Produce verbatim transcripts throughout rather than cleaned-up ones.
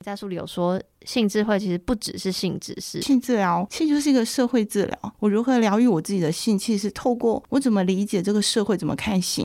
在书里有说性智慧其实不只是性知识， 性治疗其实就是一个社会治疗。我如何疗愈我自己的性，其实是透过我怎么理解这个社会，怎么看性。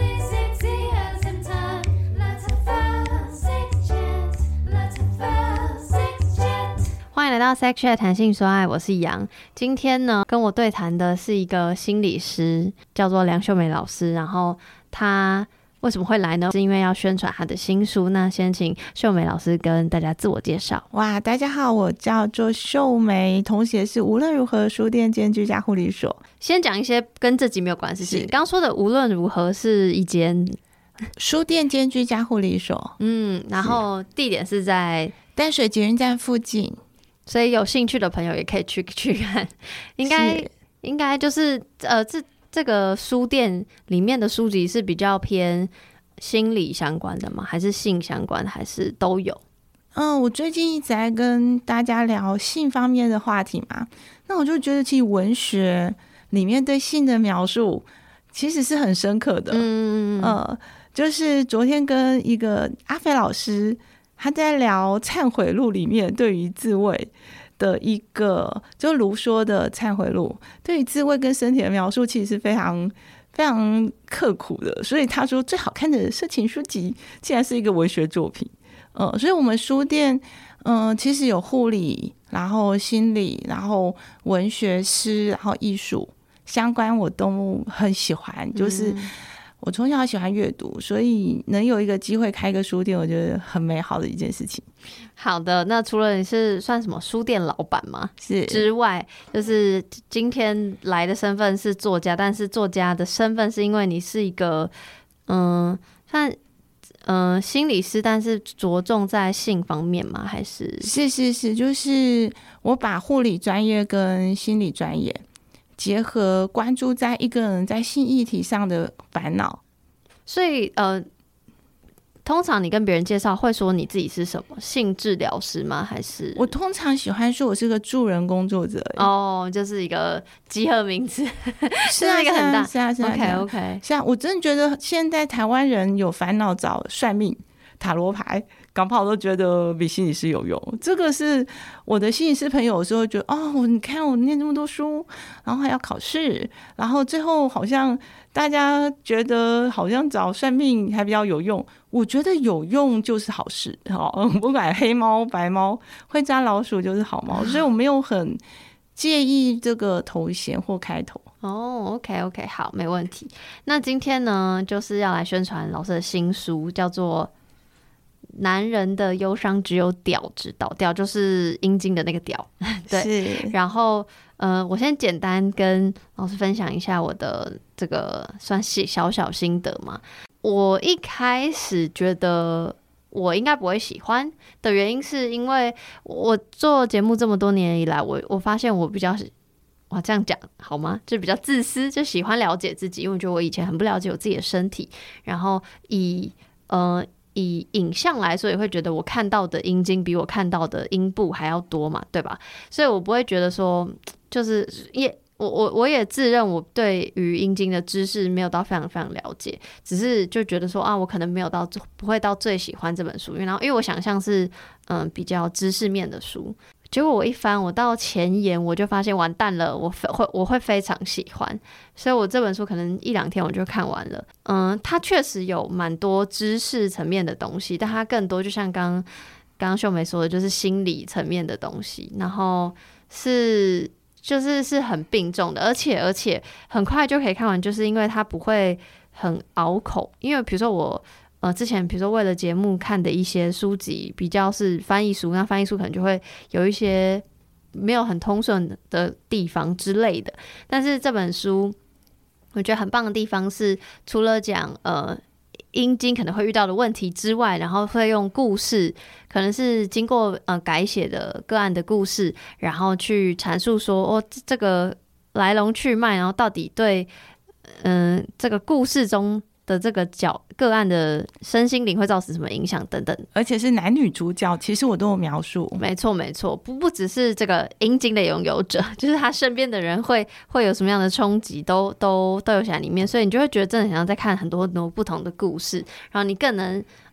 欢迎来到 Sex Chat 谈性说爱，我是杨。今天呢，跟我对谈的是一个心理师，叫做梁秀美老师。然后他为什么会来呢？是因为要宣传他的新书。那先请秀美老师跟大家自我介绍。 哇，大家好，我叫做秀美，同时也是无论如何书店兼居家护理所。 先讲一些跟这集没有关系的事情。刚说的无论如何是一间书店兼居家护理所， 嗯，然后地点是在淡水捷运站附近。 所以有兴趣的朋友也可以去去看，应该应该就是呃，这这个书店里面的书籍是比较偏心理相关的吗？还是性相关？还是都有？ 嗯，我最近一直在跟大家聊性方面的话题嘛，那我就觉得其实文学里面对性的描述其实是很深刻的。嗯呃，就是昨天跟一个阿飞老师。他在聊《忏悔录》里面对于自慰的一个，就卢梭的《忏悔录》对于自慰跟身体的描述，其实是非常非常刻苦的。所以他说，最好看的色情书籍竟然是一个文学作品。呃，所以我们书店，嗯、呃，其实有护理，然后心理，然后文学诗，然后艺术相关，我都很喜欢，就是。嗯我从小喜欢阅读，所以能有一个机会开一个书店，我觉得很美好的一件事情。 好的，那除了你是算什么书店老板吗？ 是之外，就是今天来的身份是作家，但是作家的身份是因为你是一个嗯，算嗯、呃、心理师，但是着重在性方面吗？还是是是是，就是我把护理专业跟心理专业。结合关注在一个人在性议题上的烦恼， 所以呃，通常你跟别人介绍会说你自己是什么性治疗师吗？还是我通常喜欢说我是个助人工作者。 哦，就是一个集合名词， 是啊， 一个很大， 是啊，是啊 ，OK OK， 是啊，我真的觉得现在台湾人有烦恼找算命、塔罗牌。搞不好都觉得比心理师有用，这个是我的心理师朋友有时候觉得哦，你看我念这么多书，然后还要考试，然后最后好像大家觉得好像找算命还比较有用，我觉得有用就是好事，不管黑猫白猫会抓老鼠就是好猫，所以我没有很介意这个头衔或开头。 哦、oh, ，OK OK， 好，没问题。那今天呢，就是要来宣传老师的新书，叫做男人的忧伤只有屌知道，屌就是阴茎的那个屌，对。然后，呃，我先简单跟老师分享一下我的这个算小小心得嘛。我一开始觉得我应该不会喜欢的原因，是因为我做节目这么多年以来，我我发现我比较哇，这样讲好吗？就比较自私，就喜欢了解自己，因为我觉得我以前很不了解我自己的身体，然后以呃。以影像来说，也会觉得我看到的阴茎比我看到的阴部还要多嘛，对吧？所以我不会觉得说，就是也我我我也自认我对于阴茎的知识没有到非常非常了解，只是就觉得说啊，我可能没有到不会到最喜欢这本书，然后因为我想象是嗯比较知识面的书。结果我一翻，我到前言我就发现完蛋了，我会我会非常喜欢，所以我这本书可能一两天我就看完了。嗯，它确实有蛮多知识层面的东西，但它更多就像刚刚刚秀美说的，就是心理层面的东西，然后是就是是很并重的，而且而且很快就可以看完，就是因为它不会很拗口，因为比如说我。呃，之前比如说为了节目看的一些书籍比较是翻译书，那翻译书可能就会有一些没有很通顺的地方之类的。但是这本书我觉得很棒的地方是，除了讲呃阴茎可能会遇到的问题之外，然后会用故事，可能是经过呃改写的个案的故事，然后去阐述说哦这个来龙去脉，然后到底对嗯、呃、这个故事中。的这个角个案的身心灵会造成什么影响等等， 而且是男女主角，其实我都有描述。 没错没错，不不只是这个阴茎的拥有者，就是他身边的人会会有什么样的冲击，都都都有写在里面，所以你就会觉得真的很像在看很多很多不同的故事，然后你更能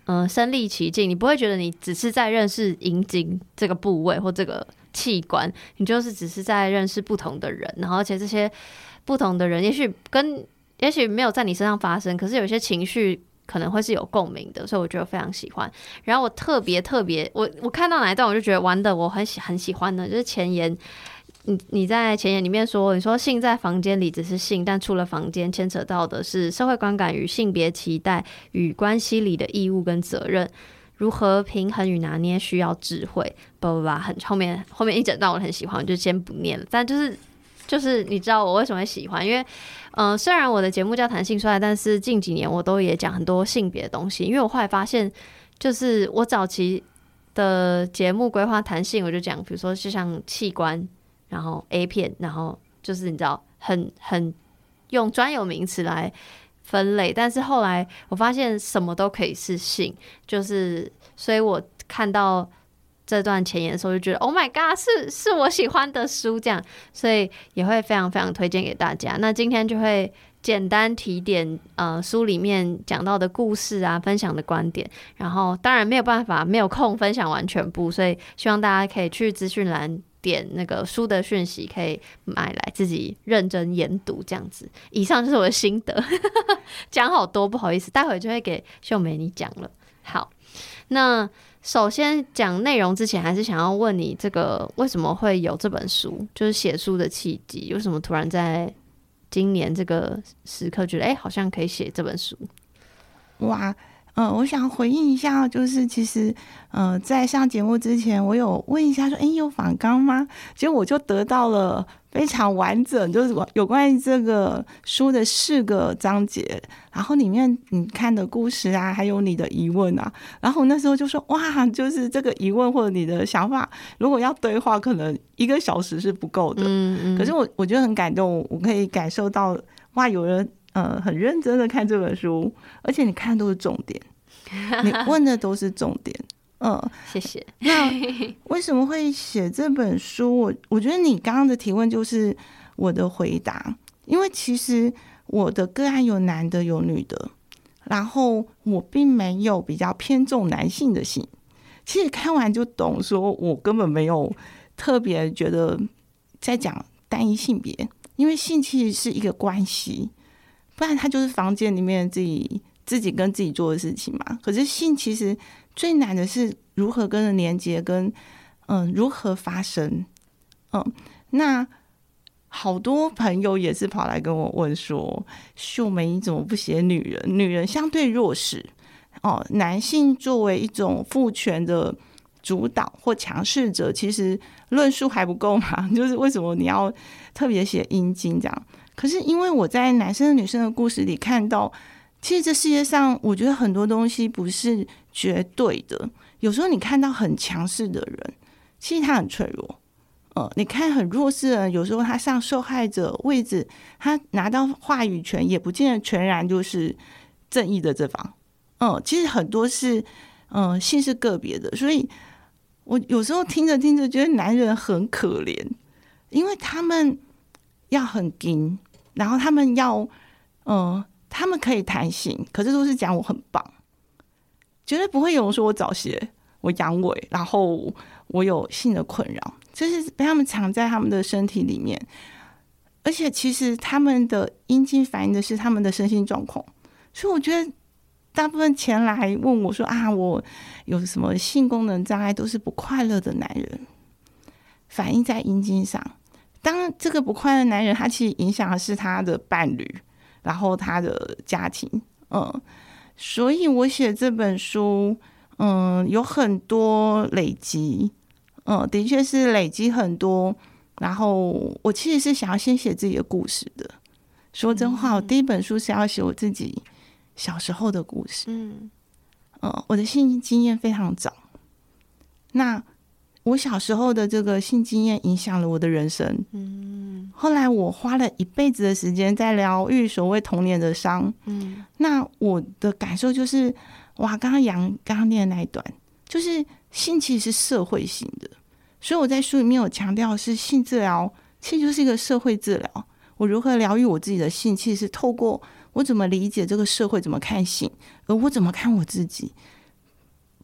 嗯、呃、身临其境，你不会觉得你只是在认识阴茎这个部位或这个器官，你就是只是在认识不同的人，然后而且这些不同的人也许跟也许没有在你身上发生，可是有些情绪可能会是有共鸣的，所以我觉得非常喜欢。然后我特别特别，我我看到哪一段我就觉得玩的我很喜很喜欢的，就是前言。你你在前言里面说，你说性在房间里只是性，但出了房间牵扯到的是社会观感与性别期待与关系里的义务跟责任，如何平衡与拿捏需要智慧。不不不，很后面后面一整段我很喜欢，我就先不念了。但就是就是你知道我为什么会喜欢，因为呃虽然我的节目叫谈性说爱，但是近几年我都也讲很多性别的东西，因为我后来发现，就是我早期的节目规划谈性，我就讲，比如说就像器官。然后 A 片，然后就是你知道很很用专有名词来分类，但是后来我发现什么都可以是性，就是所以我看到这段前言的时候就觉得 Oh my god 是是我喜欢的书这样，所以也会非常非常推荐给大家。那今天就会简单提点呃书里面讲到的故事啊，分享的观点，然后当然没有办法没有空分享完全部，所以希望大家可以去资讯栏点那个书的讯息，可以买来自己认真研读这样子。以上就是我的心得讲好多不好意思，待会就会给秀美你讲了。好，那首先讲内容之前还是想要问你，这个为什么会有这本书，就是写书的契机，为什么突然在今年这个时刻觉得哎、欸，好像可以写这本书？ 哇，呃，我想回应一下，就是其实，呃，在上节目之前，我有问一下说，哎，有访纲吗？结果我就得到了非常完整，就是有关于这个书的四个章节，然后里面你看的故事啊，还有你的疑问啊，然后我那时候就说，哇，就是这个疑问或者你的想法，如果要对话，可能一个小时是不够的。嗯嗯。可是我我觉得很感动，我可以感受到，哇，有人。呃，很认真的看这本书，而且你看的都是重点，你问的都是重点。嗯、呃， 谢谢。 那为什么会写这本书？我我觉得你刚刚的提问就是我的回答，因为其实我的个案有男的有女的，然后我并没有比较偏重男性的性。其实看完就懂，说我根本没有特别觉得在讲单一性别，因为性其实是一个关系。不然他就是房间里面自己自己跟自己做的事情嘛。可是性其实最难的是如何跟人连接，跟嗯如何发生。嗯，那好多朋友也是跑来跟我问说，秀梅你怎么不写女人？女人相对弱势哦，男性作为一种父权的主导或强势者，其实论述还不够嘛？就是为什么你要特别写阴茎这样？可是因为我在男生和女生的故事里看到，其实这世界上我觉得很多东西不是绝对的。有时候你看到很强势的人，其实他很脆弱。呃，你看很弱势的人，有时候他上受害者位置，他拿到话语权，也不见得全然就是正义的这方。嗯、呃，其实很多是，嗯、呃，性是个别的。所以我有时候听着听着，觉得男人很可怜，因为他们要很硬。然后他们要，嗯，他们可以谈性，可是都是讲我很棒，绝对不会有人说我早泄、我阳痿，然后我有性的困扰，这是被他们藏在他们的身体里面。而且其实他们的阴茎反映的是他们的身心状况，所以我觉得大部分前来问我说啊，我有什么性功能障碍，都是不快乐的男人，反映在阴茎上。当然这个不快乐的男人，他其实影响的是他的伴侣，然后他的家庭。嗯，所以我写这本书，嗯，有很多累积，嗯，的确是累积很多。然后我其实是想要先写自己的故事的。说真话，我第一本书是要写我自己小时候的故事。嗯，嗯，我的性经验非常早。那我小时候的这个性经验影响了我的人生。嗯，后来我花了一辈子的时间在疗愈所谓童年的伤。嗯，那我的感受就是，哇，刚刚杨刚刚念的那一段，就是性其实是社会性的，所以我在书里面有强调是性治疗，其实就是一个社会治疗。我如何疗愈我自己的性，其实是透过我怎么理解这个社会怎么看性，而我怎么看我自己。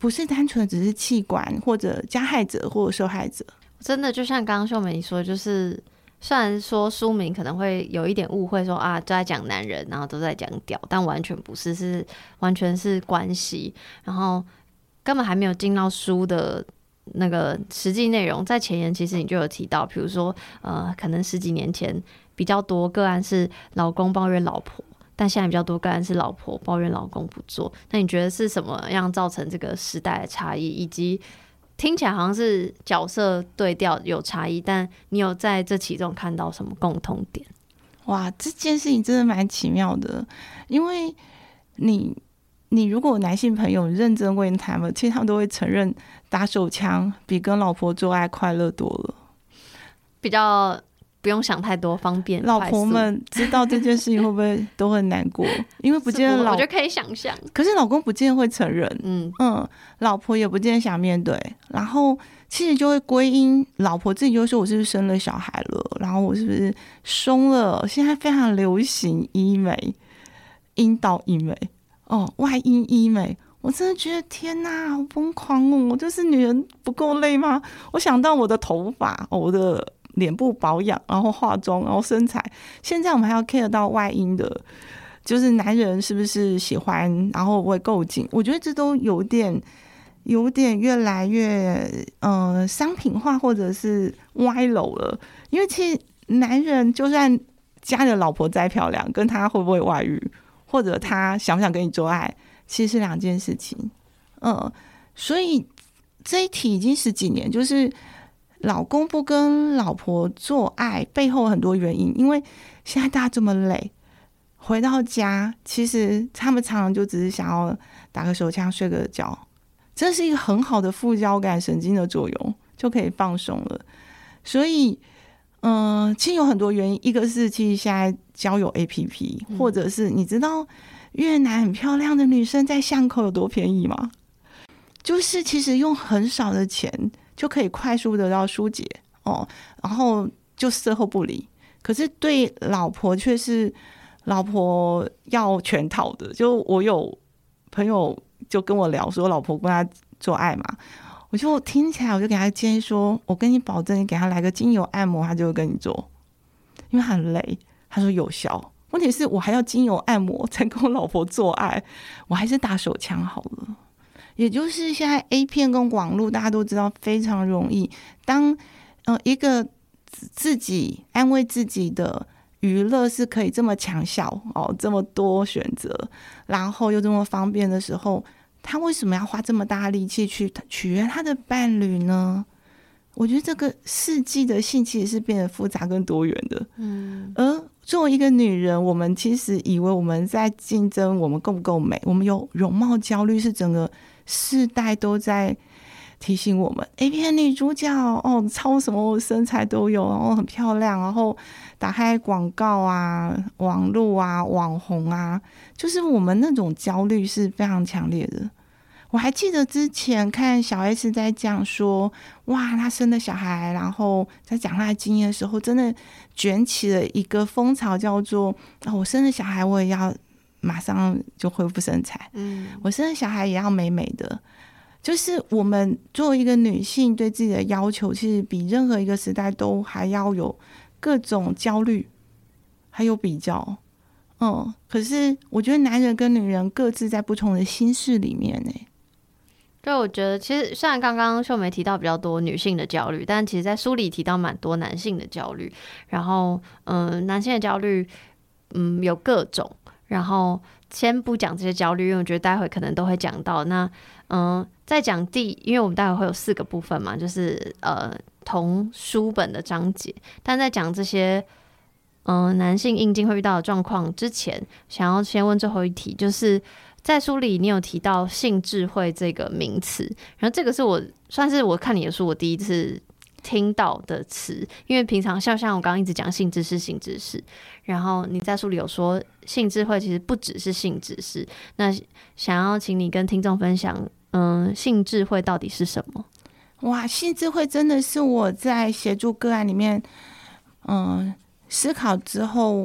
不是单纯只是器官或者加害者或者受害者。 真的就像刚刚秀美说，就是虽然说书名可能会有一点误会说啊都在讲男人然后都在讲屌，但完全不是，是完全是关系，然后根本还没有进到书的那个实际内容。在前言其实你就有提到，比如说呃，可能十几年前比较多个案是老公抱怨老婆，但现在比较多个案是老婆抱怨老公不做。那你觉得是什么样造成这个时代的差异，以及听起来好像是角色对调有差异，但你有在这其中看到什么共同点？ 哇，这件事情真的蛮奇妙的，因为你你如果男性朋友认真问他们，其实他们都会承认打手枪比跟老婆做爱快乐多了， 比较不用想太多，方便。 老婆们知道这件事情会不会都很难过？因为不见得老， 我觉得可以想象， 可是老公不见得会承认，嗯嗯，老婆也不见得想面对，然后其实就会归因老婆自己就说我是不是生了小孩了，然后我是不是松了？现在非常流行医美，阴道医美哦，外阴医美。我真的觉得天哪，好疯狂哦！我就是女人不够累吗？我想到我的头发，哦、我的脸部保养，然后化妆，然后身材。现在我们还要 care 到外阴的，就是男人是不是喜欢，然后会不会够紧？我觉得这都有点、有点越来越呃商品化，或者是歪楼了。因为其实男人就算家的老婆再漂亮，跟他会不会外遇，或者他想不想跟你做爱？其实是两件事情，嗯，所以这一题已经十几年，就是老公不跟老婆做爱背后很多原因，因为现在大家这么累，回到家其实他们常常就只是想要打个手枪睡个觉，这是一个很好的副交感神经的作用，就可以放松了。所以嗯、呃，其实有很多原因，一个是其实现在交友 A P P， 或者是你知道越南很漂亮的女生在巷口有多便宜吗？就是其实用很少的钱就可以快速得到疏解哦，然后就事后不理。可是对老婆却是老婆要全套的。就我有朋友就跟我聊说，老婆跟他做爱嘛，我就听起来我就给他建议说，我跟你保证，你给他来个精油按摩，他就会跟你做，因为他很累。他说有效。问题是我还要精油按摩才跟我老婆做爱，我还是打手枪好了。也就是现在 A 片跟网络大家都知道非常容易，当、呃、一个自己安慰自己的娱乐是可以这么强效、哦、这么多选择，然后又这么方便的时候，他为什么要花这么大力气去取悦他的伴侣呢？我觉得这个世纪的性其实是变得复杂跟多元的，嗯，而作为一个女人，我们其实以为我们在竞争我们够不够美，我们有容貌焦虑，是整个世代都在提醒我们 A 片女主角哦，超什么身材都有，然后很漂亮，然后打开广告啊、网络啊、网红啊，就是我们那种焦虑是非常强烈的。我还记得之前看小 S 在讲说，哇，她生了小孩，然后在讲她的经验的时候，真的卷起了一个风潮，叫做、哦、我生了小孩，我也要马上就恢复身材，嗯，我生了小孩也要美美的。就是我们作为一个女性对自己的要求，其实比任何一个时代都还要有各种焦虑，还有比较。嗯，可是我觉得男人跟女人各自在不同的心事里面呢、欸。 就我觉得其实虽然刚刚秀梅提到比较多女性的焦虑，但其实在书里提到蛮多男性的焦虑，然后嗯，男性的焦虑嗯有各种，然后先不讲这些焦虑，因为我觉得待会可能都会讲到。那嗯，在讲第，因为我们待会会有四个部分嘛，就是呃同书本的章节，但在讲这些嗯男性阴茎会遇到的状况之前，想要先问最后一题，就是在书里你有提到性智慧这个名词，然后这个是我算是我看你的书我第一次听到的词，因为平常像像我刚刚一直讲性知识性知识，然后你在书里有说性智慧其实不只是性知识，那想要请你跟听众分享嗯，性智慧到底是什么？ 哇，性智慧真的是我在协助个案里面嗯思考之后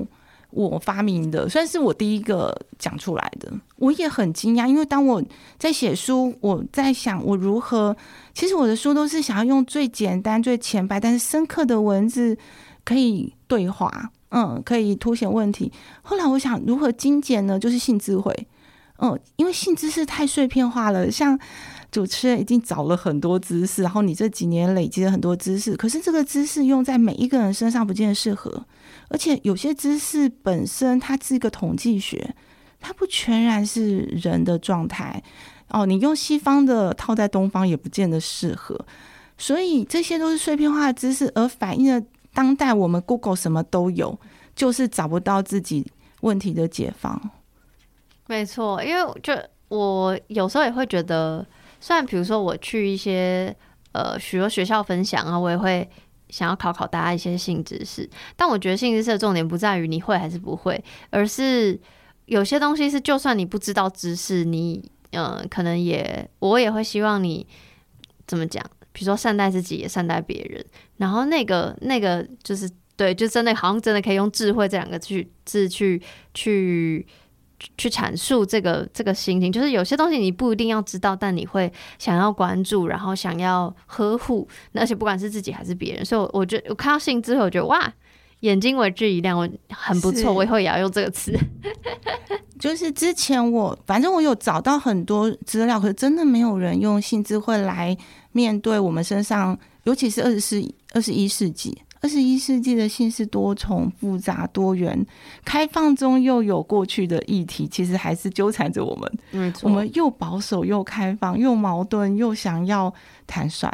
我发明的，算是我第一个讲出来的。我也很惊讶，因为当我在写书，我在想我如何，其实我的书都是想要用最简单、最浅白但是深刻的文字可以对话，嗯，可以凸显问题。后来我想如何精简呢？就是性智慧，嗯，因为性知识太碎片化了，像主持人已经找了很多知识，然后你这几年累积了很多知识，可是这个知识用在每一个人身上不见得适合，而且有些知识本身它是一个统计学，它不全然是人的状态哦，你用西方的套在东方也不见得适合，所以这些都是碎片化的知识，而反映了当代我们 Google 什么都有，就是找不到自己问题的解方。 没错，因为就我有时候也会觉得，虽然比如说我去一些呃许多学校分享啊，我也会想要考考大家一些性知识，但我觉得性知识的重点不在于你会还是不会，而是有些东西是就算你不知道知识，你呃可能也我也会希望你怎么讲，比如说善待自己也善待别人，然后那个那个就是对，就真的好像真的可以用智慧这两个字字去去。去阐述这个这个心情，就是有些东西你不一定要知道，但你会想要关注，然后想要呵护，而且不管是自己还是别人，所以我我觉得我看到性之后，我觉得哇，眼睛为之一亮，我很不错，我以后也要用这个词。 就是之前我反正我有找到很多资料，可是真的没有人用性智慧来面对我们身上，尤其是二十世二十一世纪。二十一世纪的性是多重、复杂、多元、开放中又有过去的议题，其实还是纠缠着我们。 没错， 我们又保守又开放，又矛盾又想要坦率，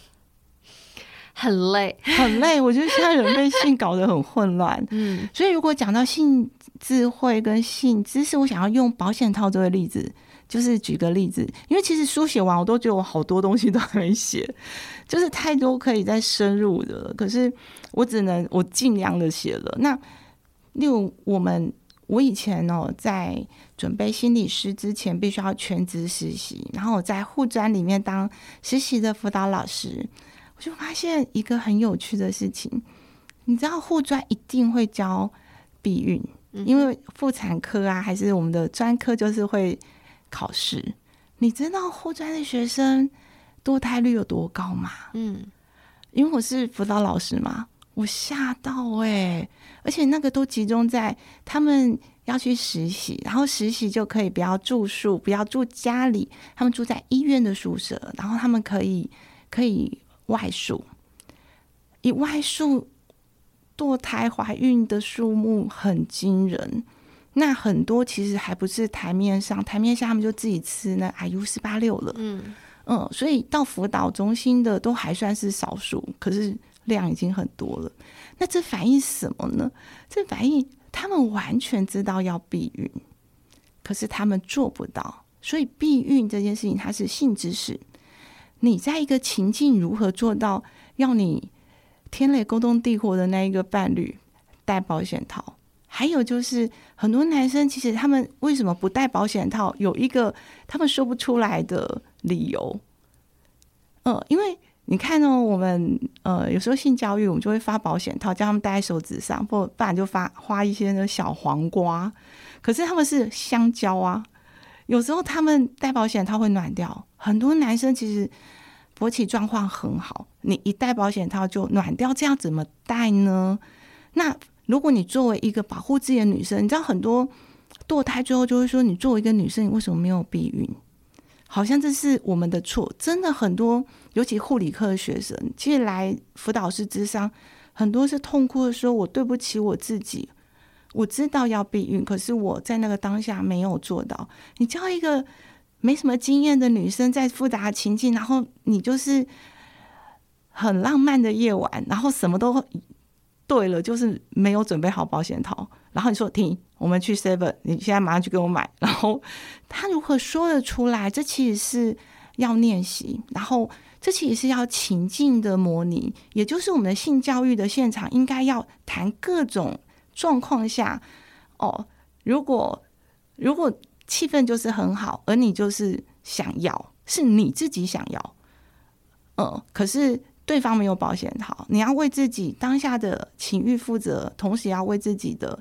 很累， 很累。我觉得现在人被性搞得很混乱。嗯，所以如果讲到性智慧跟性知识，我想要用保险套这个例子。就是举个例子，因为其实书写完我都觉得我好多东西都还没写，就是太多可以再深入的了，可是我只能我尽量的写了。那例如我们我以前哦在准备心理师之前必须要全职实习，然后我在护专里面当实习的辅导老师，我就发现一个很有趣的事情，你知道护专一定会教避孕，因为妇产科啊还是我们的专科就是会考试，你知道护专的学生堕胎率有多高吗？嗯，因为我是辅导老师嘛，我吓到哎、欸！而且那个都集中在他们要去实习，然后实习就可以不要住宿，不要住家里，他们住在医院的宿舍，然后他们可以可以外宿，以外宿堕胎怀孕的数目很惊人。那很多其实还不是台面上，台面下他们就自己吃那 I U 四八六了，嗯嗯，所以到辅导中心的都还算是少数，可是量已经很多了。那这反映什么呢？这反映他们完全知道要避孕，可是他们做不到。所以避孕这件事情它是性知识，你在一个情境如何做到要你天雷勾动地火的那一个伴侣戴保险套。还有就是很多男生其实他们为什么不戴保险套，有一个他们说不出来的理由。呃，因为你看哦，我们呃有时候性教育我们就会发保险套，叫他们戴在手指上，不不然就发花一些那小黄瓜，可是他们是香蕉啊。有时候他们戴保险套会暖掉，很多男生其实勃起状况很好，你一戴保险套就暖掉，这样怎么戴呢？那如果你作为一个保护自己的女生，你知道很多堕胎最后就会说，你作为一个女生，你为什么没有避孕？好像这是我们的错。真的很多，尤其护理科的学生，其实来辅导室諮商，很多是痛哭的说，我对不起我自己，我知道要避孕，可是我在那个当下没有做到。你叫一个没什么经验的女生在复杂的情境，然后你就是很浪漫的夜晚，然后什么都对了，就是没有准备好保险套，然后你说停，我们去 seven， 你现在马上去给我买，然后他如何说得出来？这其实是要练习，然后这其实是要情境的模拟，也就是我们的性教育的现场应该要谈各种状况下哦，如果如果气氛就是很好，而你就是想要，是你自己想要，嗯，可是对方没有保险套，你要为自己当下的情欲负责，同时要为自己的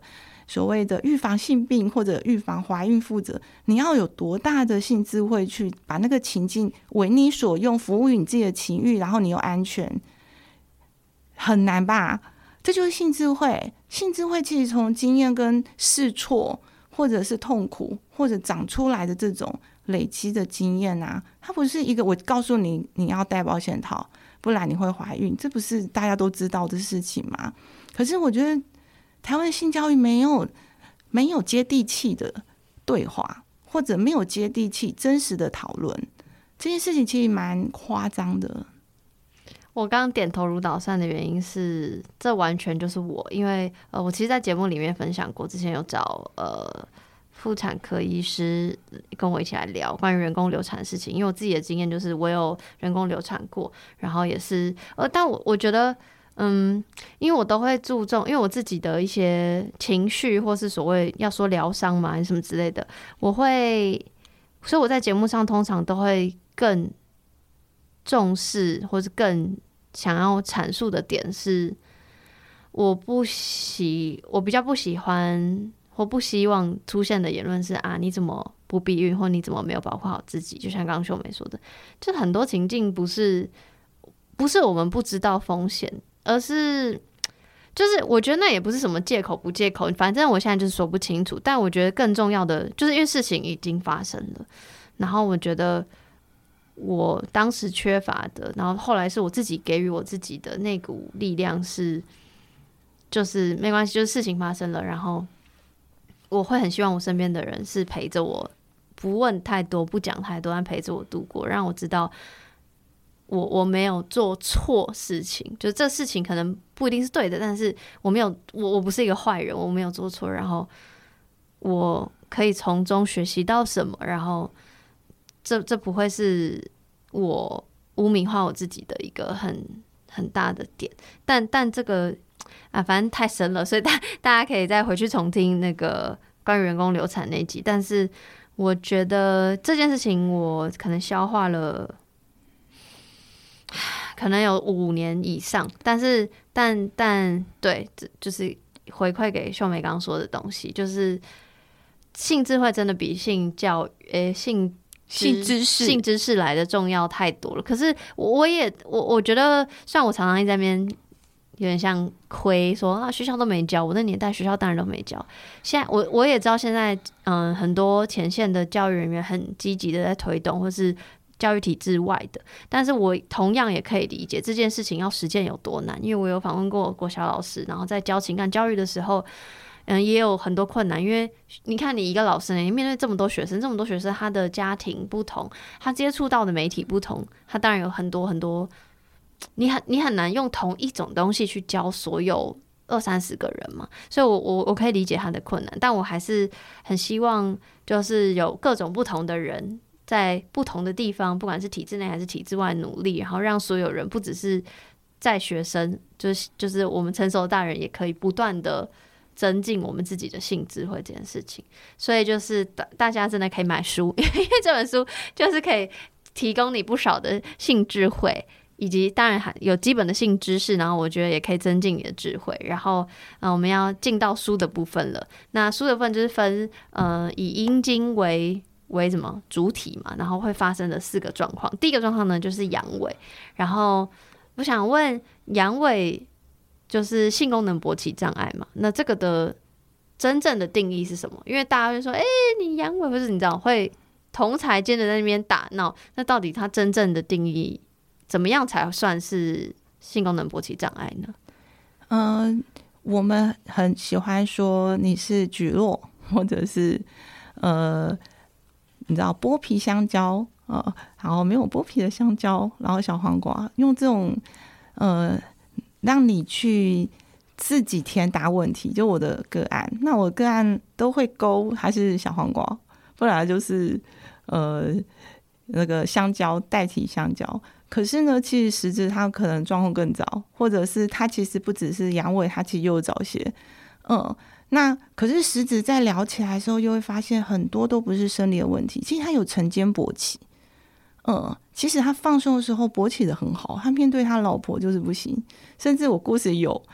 所谓的预防性病或者预防怀孕负责，你要有多大的性智慧去把那个情境为你所用，服务于你自己的情欲，然后你又安全，很难吧？这就是性智慧。性智慧其实从经验跟试错，或者是痛苦，或者长出来的这种累积的经验啊，它不是一个我告诉你你要戴保险套，不然你会怀孕，这不是大家都知道的事情吗？可是我觉得台湾性教育没有没有接地气的对话，或者没有接地气真实的讨论，这件事情其实蛮夸张的。 我刚刚点头如捣蒜的原因是，这完全就是我，因为呃，我其实，在节目里面分享过，之前有找呃妇产科医师跟我一起来聊关于人工流产的事情，因为我自己的经验就是我有人工流产过，然后也是呃，但我我觉得，嗯，因为我都会注重，因为我自己的一些情绪，或是所谓要说疗伤嘛，还是什么之类的，我会，所以我在节目上通常都会更重视，或是更想要阐述的点是，我不喜，我比较不喜欢或不希望出现的言论是啊，你怎么不避孕，或你怎么没有保护好自己？就像刚刚秀美说的，就很多情境不是不是我们不知道风险，而是就是我觉得那也不是什么借口不借口，反正我现在就是说不清楚。但我觉得更重要的就是因为事情已经发生了，然后我觉得我当时缺乏的，然后后来是我自己给予我自己的那股力量是，就是没关系，就是事情发生了，然后我会很希望我身边的人是陪着我，不问太多，不讲太多，但陪着我度过，让我知道我我没有做错事情，就是这事情可能不一定是对的，但是我没有，我我不是一个坏人，我没有做错，然后我可以从中学习到什么，然后这这不会是我污名化我自己的一个很很大的点，但但这个啊，反正太深了，所以大大家可以再回去重听那个关于人工流产那一集。但是我觉得这件事情我可能消化了，可能有五年以上，但是但但对，就是回馈给秀美刚刚说的东西，就是性智慧真的比性教育，诶、欸，性。 性知识性知识来的重要太多了。可是我也我我觉得，虽然我常常一直在那边有点像亏说啊，学校都没教，我那年代学校当然都没教。现在我我也知道，现在嗯很多前线的教育人员很积极的在推动，或是教育体制外的。但是我同样也可以理解这件事情要实践有多难，因为我有访问过国小老师，然后在教情感教育的时候。嗯，也有很多困难，因为你看，你一个老师，你面对这么多学生，这么多学生，他的家庭不同，他接触到的媒体不同，他当然有很多很多，你很你很难用同一种东西去教所有二三十个人嘛，所以我我我可以理解他的困难，但我还是很希望，就是有各种不同的人在不同的地方，不管是体制内还是体制外努力，然后让所有人不只是在学生，就是就是我们成熟的大人也可以不断的。增进我们自己的性智慧这件事情，所以就是大大家真的可以买书，因为这本书就是可以提供你不少的性智慧，以及当然还有基本的性知识，然后我觉得也可以增进你的智慧。然后，呃，我们要进到书的部分了。那书的部分就是分呃以阴茎为为什么主体嘛，然后会发生的四个状况。第一个状况呢就是阳痿，然后我想问阳痿。就是性功能勃起障碍嘛，那这个的真正的定义是什么？因为大家会说，哎、欸，你阳痿，或是你知道会同才间的在那边打闹，那到底它真正的定义怎么样才算是性功能勃起障碍呢？ 嗯、呃，我们很喜欢说你是蒟蒻，或者是呃，你知道剥皮香蕉，呃，然后没有剥皮的香蕉，然后小黄瓜，用这种呃。让你去自己填答问题，就我的个案，那我个案都会勾还是小黄瓜，不然就是呃那个香蕉代替香蕉。可是呢，其实实质它可能状况更糟，或者是它其实不只是阳痿，它其实又有早泄。嗯，那可是实质在聊起来的时候，又会发现很多都不是生理的问题，其实它有晨间勃起。嗯，其实他放松的时候勃起的很好，他面对他老婆就是不行，甚至我故事有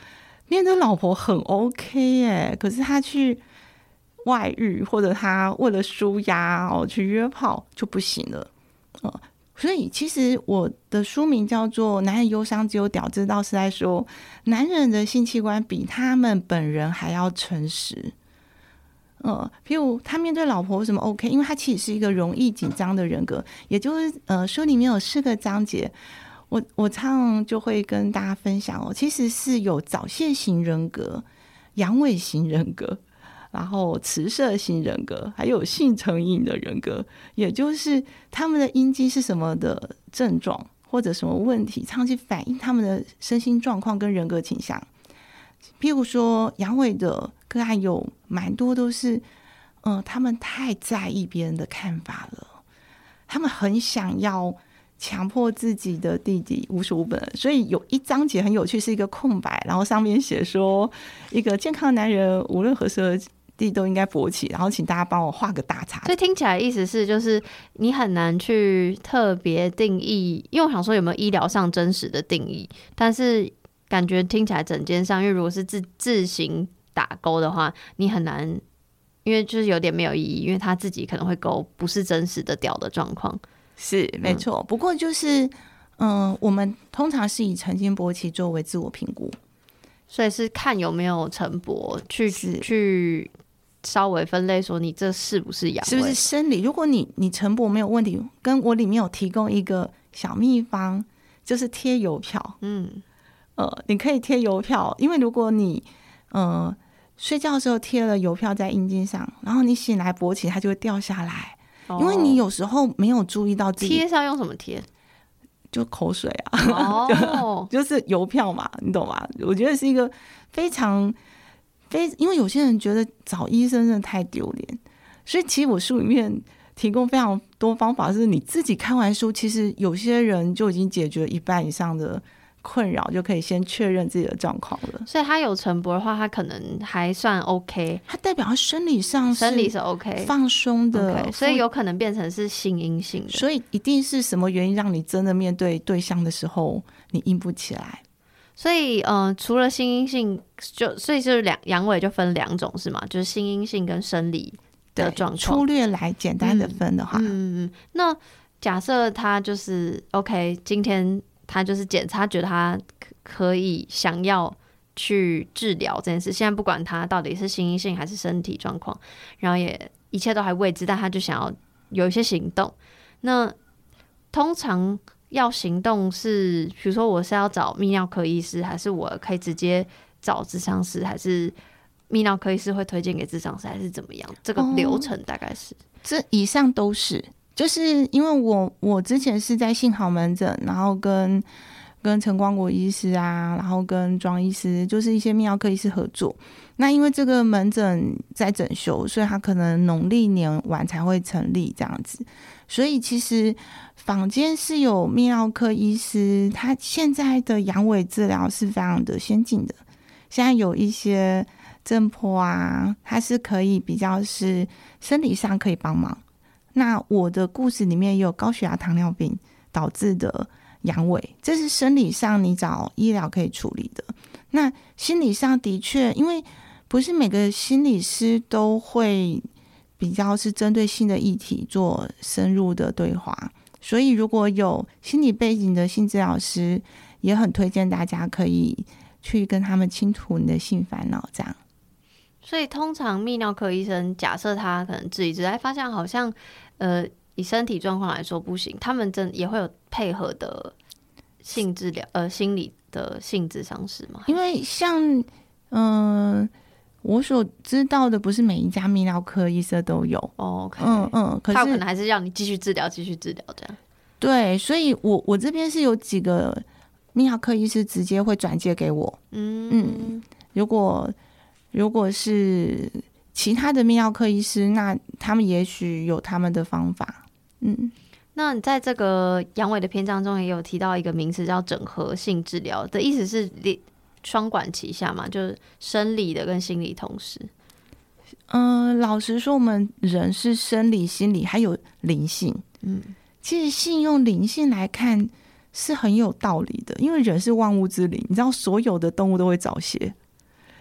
面对老婆很 OK 耶，可是他去外遇或者他为了抒压哦去约炮就不行了。呃所以其实我的书名叫做《男人忧伤只有屌》，这倒是在说男人的性器官比他们本人还要诚实。呃，譬如他面对老婆为什么 OK？ 因为他其实是一个容易紧张的人格，也就是呃书里面有四个章节，我我常常就会跟大家分享哦，其实是有早泄型人格、阳痿型人格，然后雌射型人格，还有性成瘾的人格，也就是他们的阴茎是什么的症状或者什么问题，长期反映他们的身心状况跟人格倾向。譬如说阳痿的个案有蛮多都是呃，他们太在意别人的看法了，他们很想要强迫自己的弟弟无所不能，所以有一章节很有趣，是一个空白，然后上面写说一个健康的男人无论何时何地都应该勃起，然后请大家帮我画个大叉。 所以听起来意思是就是你很难去特别定义，因为我想说有没有医疗上真实的定义，但是感觉听起来整件上，因为如果是 自, 自行打勾的话，你很难，因为就是有点没有意义，因为他自己可能会勾不是真实的屌的状况。 是没错、嗯、不过就是嗯、呃，我们通常是以曾经勃起作为自我评估， 所以是看有没有晨勃去去稍微分类说你这是不是阳痿， 是不是生理。如果你你晨勃没有问题，跟我里面有提供一个小秘方，就是贴邮票。嗯，呃，你可以贴邮票，因为如果你呃睡觉的时候贴了邮票在阴茎上，然后你醒来勃起，它就会掉下来。哦、因为你有时候没有注意到自己贴上用什么贴， 就口水啊，哦、就, 就是邮票嘛，你懂吗？我觉得是一个非常非，因为有些人觉得找医生真的太丢脸，所以其实我书里面提供非常多方法，是你自己看完书，其实有些人就已经解决一半以上的困扰，就可以先确认自己的状况了。 所以他有晨勃的话，他可能还算 OK， 他代表他生理上生理是 OK 放松的、 okay, 所以有可能变成是性阴性的。 所以一定是什么原因让你真的面对对象的时候你硬不起来。 所以呃，除了性阴性，就所以就是两阳痿就分两种是吗？就是性阴性跟生理的状况。 粗略来简单的分的话， 嗯嗯，那假设他就是 OK， 今天他就是检查，觉得他可以想要去治疗这件事。现在不管他到底是性阴性还是身体状况，然后也一切都还未知，但他就想要有一些行动。那通常要行动是，比如说我是要找泌尿科医师，还是我可以直接找咨商师，还是泌尿科医师会推荐给咨商师，还是怎么样？这个流程大概是、哦、 这以上都是。就是因为我我之前是在信好门诊，然后跟跟陈光国医师啊，然后跟庄医师，就是一些泌尿科医师合作。那因为这个门诊在整修，所以他可能农历年晚才会成立这样子。所以其实坊间是有泌尿科医师，他现在的阳痿治疗是非常的先进的。现在有一些震波啊，它是可以比较是生理上可以帮忙。那我的故事里面也有高血压、糖尿病导致的阳痿，这是生理上你找医疗可以处理的。那心理上的确，因为不是每个心理师都会比较是针对性的议题做深入的对话，所以如果有心理背景的性治疗师，也很推荐大家可以去跟他们倾吐你的性烦恼这样。 所以通常泌尿科医生假设他可能治一治，哎，发现好像呃以身体状况来说不行，他们真也会有配合的性治疗呃心理的性咨商师吗？ 因为像嗯、呃、我所知道的，不是每一家泌尿科医生都有。 哦 OK， 嗯嗯，可是他可能还是让你继续治疗继续治疗这样。 对，所以我我这边是有几个泌尿科医师直接会转介给我。嗯嗯，如果如果是其他的泌尿科医师，那他们也许有他们的方法。嗯， 那你在这个阳痿的篇章中也有提到一个名词叫整合性治疗的意思是双管齐下嘛，就是生理的跟心理同时。 嗯、呃，老实说，我们人是生理、心理还有灵性。嗯，其实性用灵性来看是很有道理的，因为人是万物之灵，你知道所有的动物都会早泄。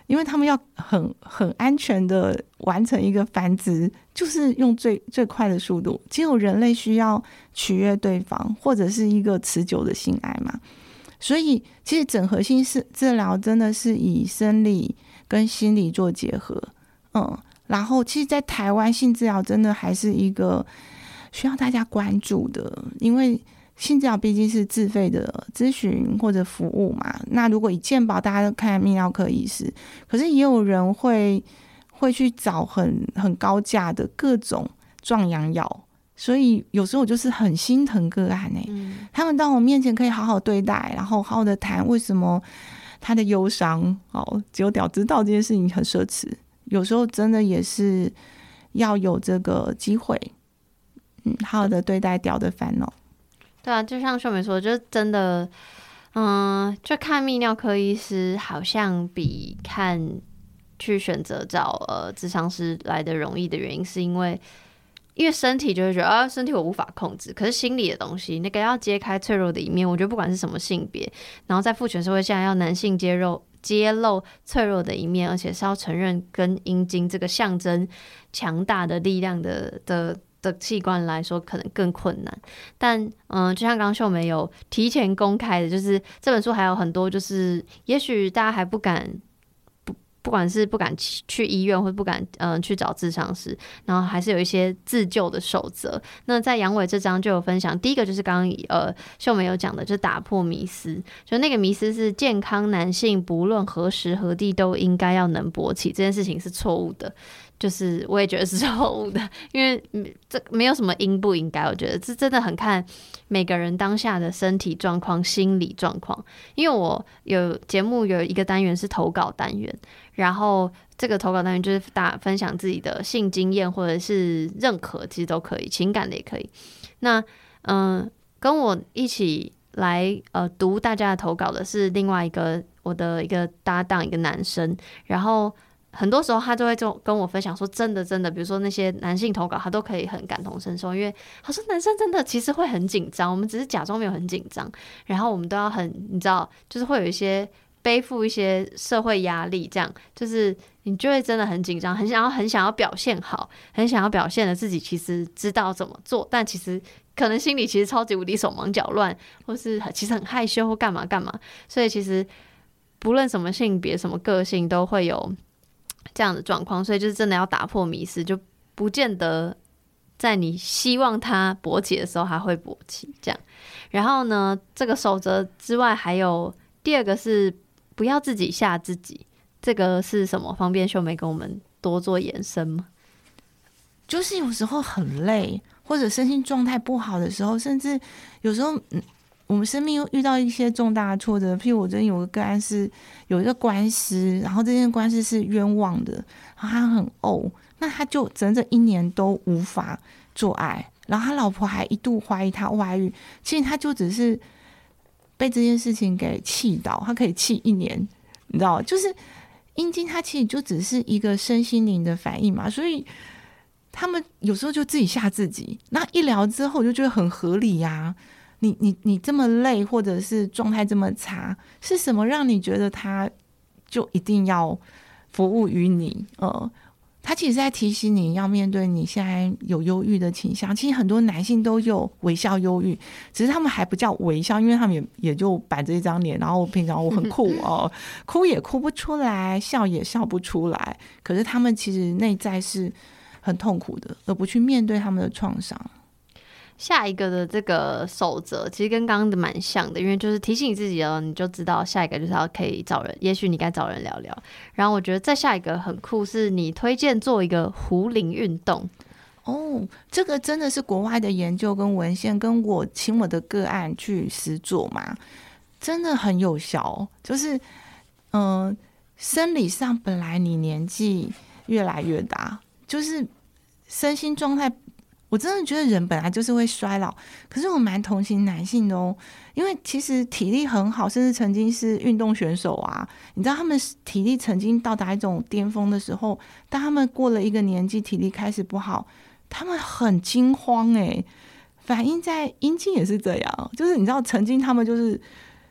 因为他们要很很安全的完成一个繁殖，就是用最最快的速度。只有人类需要取悦对方，或者是一个持久的性爱嘛。所以其实整合性治疗真的是以生理跟心理做结合，嗯，然后其实在台湾性治疗真的还是一个需要大家关注的，因为性治疗毕竟是自费的咨询或者服务嘛。那如果以健保，大家都看泌尿科医师，可是也有人会会去找很很高价的各种壮阳药，所以有时候我就是很心疼个案欸、嗯、他们到我面前可以好好对待，然后好好的谈为什么他的忧伤哦，只有屌知道这件事情很奢侈，有时候真的也是要有这个机会，嗯，好好的对待屌的烦恼。 对啊，就像秀美说，就真的，嗯，就看泌尿科医师好像比看去选择找呃咨商师来的容易的原因，是因为因为身体就会觉得啊，身体我无法控制，可是心理的东西，那个要揭开脆弱的一面，我觉得不管是什么性别，然后在父权社会下，要男性揭露揭露脆弱的一面，而且是要承认跟阴茎这个象征强大的力量的的。的器官来说可能更困难，但嗯，就像刚刚秀美有提前公开的，就是这本书还有很多，就是也许大家还不敢不不管是不敢去医院或不敢嗯、呃、去找咨商师，然后还是有一些自救的守则。那在阳痿这章就有分享，第一个就是刚刚呃秀美有讲的，就是打破迷思，就那个迷思是健康男性不论何时何地都应该要能勃起，这件事情是错误的。就是我也觉得是错误的，因为这没有什么应不应该，我觉得这真的很看每个人当下的身体状况、心理状况。因为我有节目有一个单元是投稿单元，然后这个投稿单元就是大家分享自己的性经验或者是任何其实都可以，情感的也可以。那嗯、呃，跟我一起来呃读大家的投稿的是另外一个我的一个搭档，一个男生，然后。很多时候他就会跟我分享说真的真的比如说那些男性投稿他都可以很感同身受，因为他说男生真的其实会很紧张，我们只是假装没有很紧张，然后我们都要很你知道就是会有一些背负一些社会压力，这样就是你就会真的很紧张，很想要很想要表现好，很想要表现的自己其实知道怎么做，但其实可能心里其实超级无敌手忙脚乱，或是其实很害羞或干嘛干嘛，所以其实不论什么性别什么个性都会有这样的状况，所以就是真的要打破迷思，就不见得在你希望他勃起的时候还会勃起这样。然后呢，这个守则之外还有第二个是不要自己吓自己，这个是什么？方便秀美跟我们多做延伸吗？ 就是有时候很累或者身心状态不好的时候，甚至有时候嗯我们生命又遇到一些重大的挫折，譬如我最近有个个案是有一个官司，然后这件官司是冤枉的，然后他很怄，那他就整整一年都无法做爱，然后他老婆还一度怀疑他外遇，其实他就只是被这件事情给气到，他可以气一年，你知道，就是阴茎它其实就只是一个身心灵的反应嘛，所以他们有时候就自己吓自己，那一聊之后我就觉得很合理呀、啊。你你你这么累，或者是状态这么差，是什么让你觉得他就一定要服务于你？呃，他其实在提醒你要面对你现在有忧郁的倾向。其实很多男性都有微笑忧郁，只是他们还不叫微笑，因为他们也也就板着一张脸，然后平常我很酷哦，哭也哭不出来，笑也笑不出来。可是他们其实内在是很痛苦的，而不去面对他们的创伤。 下一个的这个守则其实跟刚刚的蛮像的，因为就是提醒你自己哦，你就知道下一个就是要可以找人，也许你该找人聊聊。然后我觉得再下一个很酷，是你推荐做一个壶铃运动。 哦，这个真的是国外的研究跟文献，跟我请我的个案去实做嘛，真的很有效。就是嗯、呃，生理上本来你年纪越来越大，就是身心状态。我真的觉得人本来就是会衰老，可是我蛮同情男性的哦，因为其实体力很好，甚至曾经是运动选手啊，你知道他们体力曾经到达一种巅峰的时候，当他们过了一个年纪，体力开始不好，他们很惊慌耶，反映在阴茎也是这样，就是你知道曾经他们就是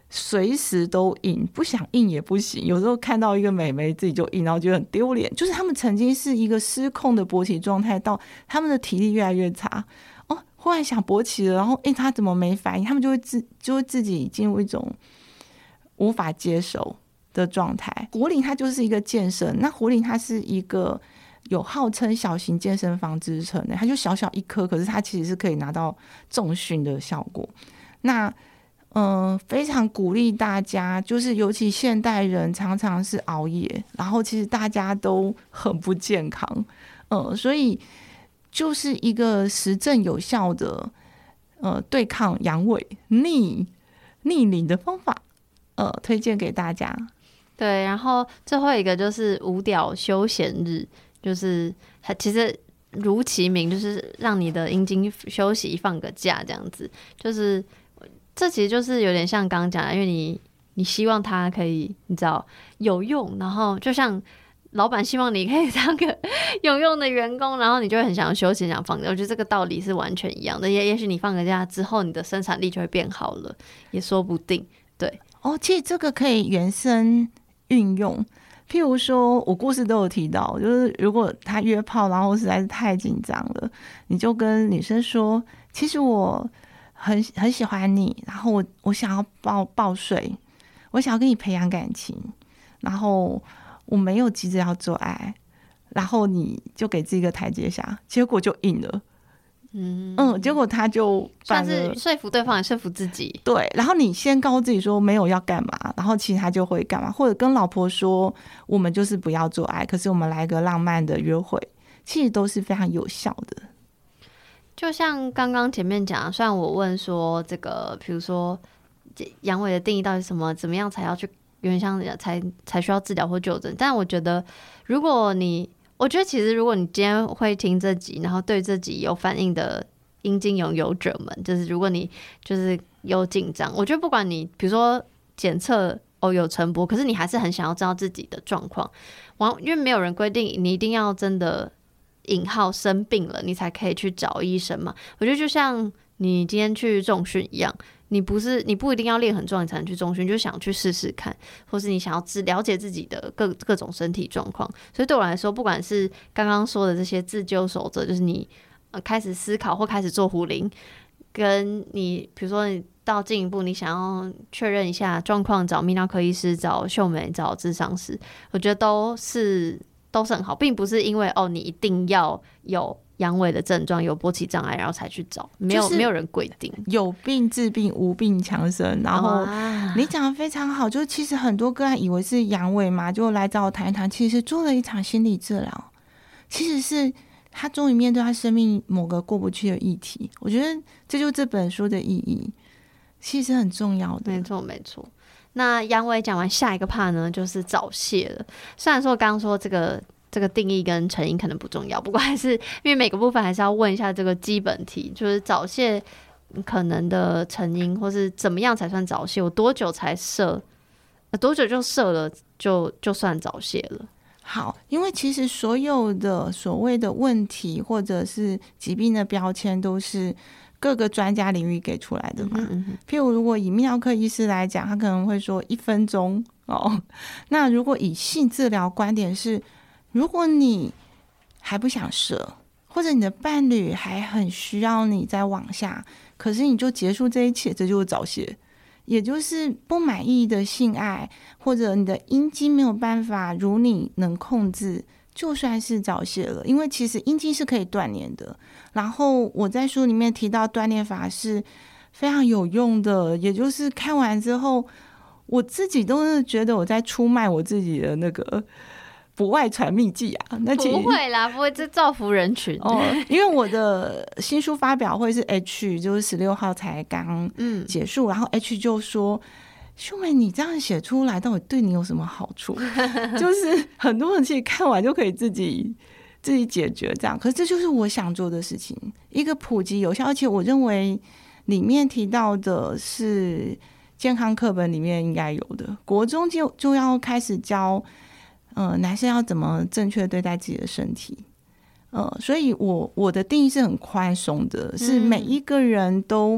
随时都硬，不想硬也不行。有时候看到一个美眉自己就硬，然后觉得很丢脸。就是他们曾经是一个失控的勃起状态，到他们的体力越来越差，哦，忽然想勃起了，然后哎、欸，他怎么没反应？他们就会自就会自己进入一种无法接受的状态。壶铃它就是一个健身，那壶铃它是一个有号称小型健身房支撑的，它就小小一颗，可是它其实是可以拿到重训的效果。那嗯、呃，非常鼓励大家，就是尤其现代人常常是熬夜，然后其实大家都很不健康，呃，所以就是一个实证有效的呃对抗阳痿逆逆龄的方法，呃，推荐给大家。 对，然后最后一个就是无屌休闲日，就是它其实如其名，就是让你的阴茎休息放个假这样子，就是这其实就是有点像刚刚讲的，因为你你希望它可以你知道有用，然后就像老板希望你可以当个有用的员工，然后你就会很想休息想放假。我觉得这个道理是完全一样的，也也许你放个假之后你的生产力就会变好了，也说不定。对哦，其实这个可以延伸运用，譬如说我故事都有提到，就是如果他约炮然后实在是太紧张了，你就跟女生说，其实我很很喜欢你，然后我我想要抱抱睡，我想要跟你培养感情，然后我没有急着要做爱，然后你就给自己一个台阶下，结果就硬了。嗯嗯，结果他就算是说服对方也说服自己。 对，然后你先告诉自己说没有要干嘛，然后其实他就会干嘛，或者跟老婆说我们就是不要做爱，可是我们来个浪漫的约会，其实都是非常有效的。 就像刚刚前面讲，虽然我问说这个比如说阳痿的定义到底是什么，怎么样才要去有点像才才需要治疗或就诊，但我觉得如果你我觉得其实如果你今天会听这集，然后对这集有反应的阴茎拥有者们，就是如果你就是有紧张，我觉得不管你比如说检测哦有晨勃，可是你还是很想要知道自己的状况，因为没有人规定你一定要真的引号生病了你才可以去找医生嘛。我觉得就像你今天去重训一样，你不是你不一定要练很壮你才能去重训，就想去试试看，或是你想要了解自己的 各, 各种身体状况。所以对我来说，不管是刚刚说的这些自救守则，就是你、呃、开始思考或开始做壶铃，跟你比如说你到进一步你想要确认一下状况，找泌尿科医师，找秀美，找諮商师，我觉得都是都是很好，并不是因为哦你一定要有阳痿的症状有勃起障碍然后才去找，没有、就是、没有人规定有病治病无病强身。然后你讲得非常好，就是其实很多个案以为是阳痿嘛，就来找我谈一谈，其实做了一场心理治疗，其实是他终于面对他生命某个过不去的议题。我觉得这就是这本书的意义，其实很重要的。 没错没错。那阳痿讲完，下一个 part 呢就是早泄了。虽然说刚刚说这个这个定义跟成因可能不重要，不过还是因为每个部分还是要问一下这个基本题，就是早泄可能的成因，或是怎么样才算早泄，我多久才射、呃、多久就射了就就算早泄了。 好，因为其实所有的所谓的问题或者是疾病的标签都是各个专家领域给出来的嘛。嗯嗯嗯，譬如如果以泌尿科医师来讲，他可能会说一分钟哦。那如果以性治疗观点是，如果你还不想射，或者你的伴侣还很需要你再往下，可是你就结束这一切，这就是早泄，也就是不满意的性爱，或者你的阴茎没有办法如你能控制，就算是早泄了。因为其实阴茎是可以锻炼的，然后我在书里面提到锻炼法是非常有用的，也就是看完之后我自己都是觉得我在出卖我自己的那个不外传秘技啊。那不会啦，不会，这造福人群哦。因为我的新书发表会是 H 就是十六号才刚结束、嗯、然后 H 就说秀美你这样写出来到底对你有什么好处就是很多人其实看完就可以自己自己解决这样，可是这就是我想做的事情，一个普及有效，而且我认为里面提到的是健康课本里面应该有的，国中就就要开始教呃，男生要怎么正确对待自己的身体，呃，所以我我的定义是很宽松的，是每一个人都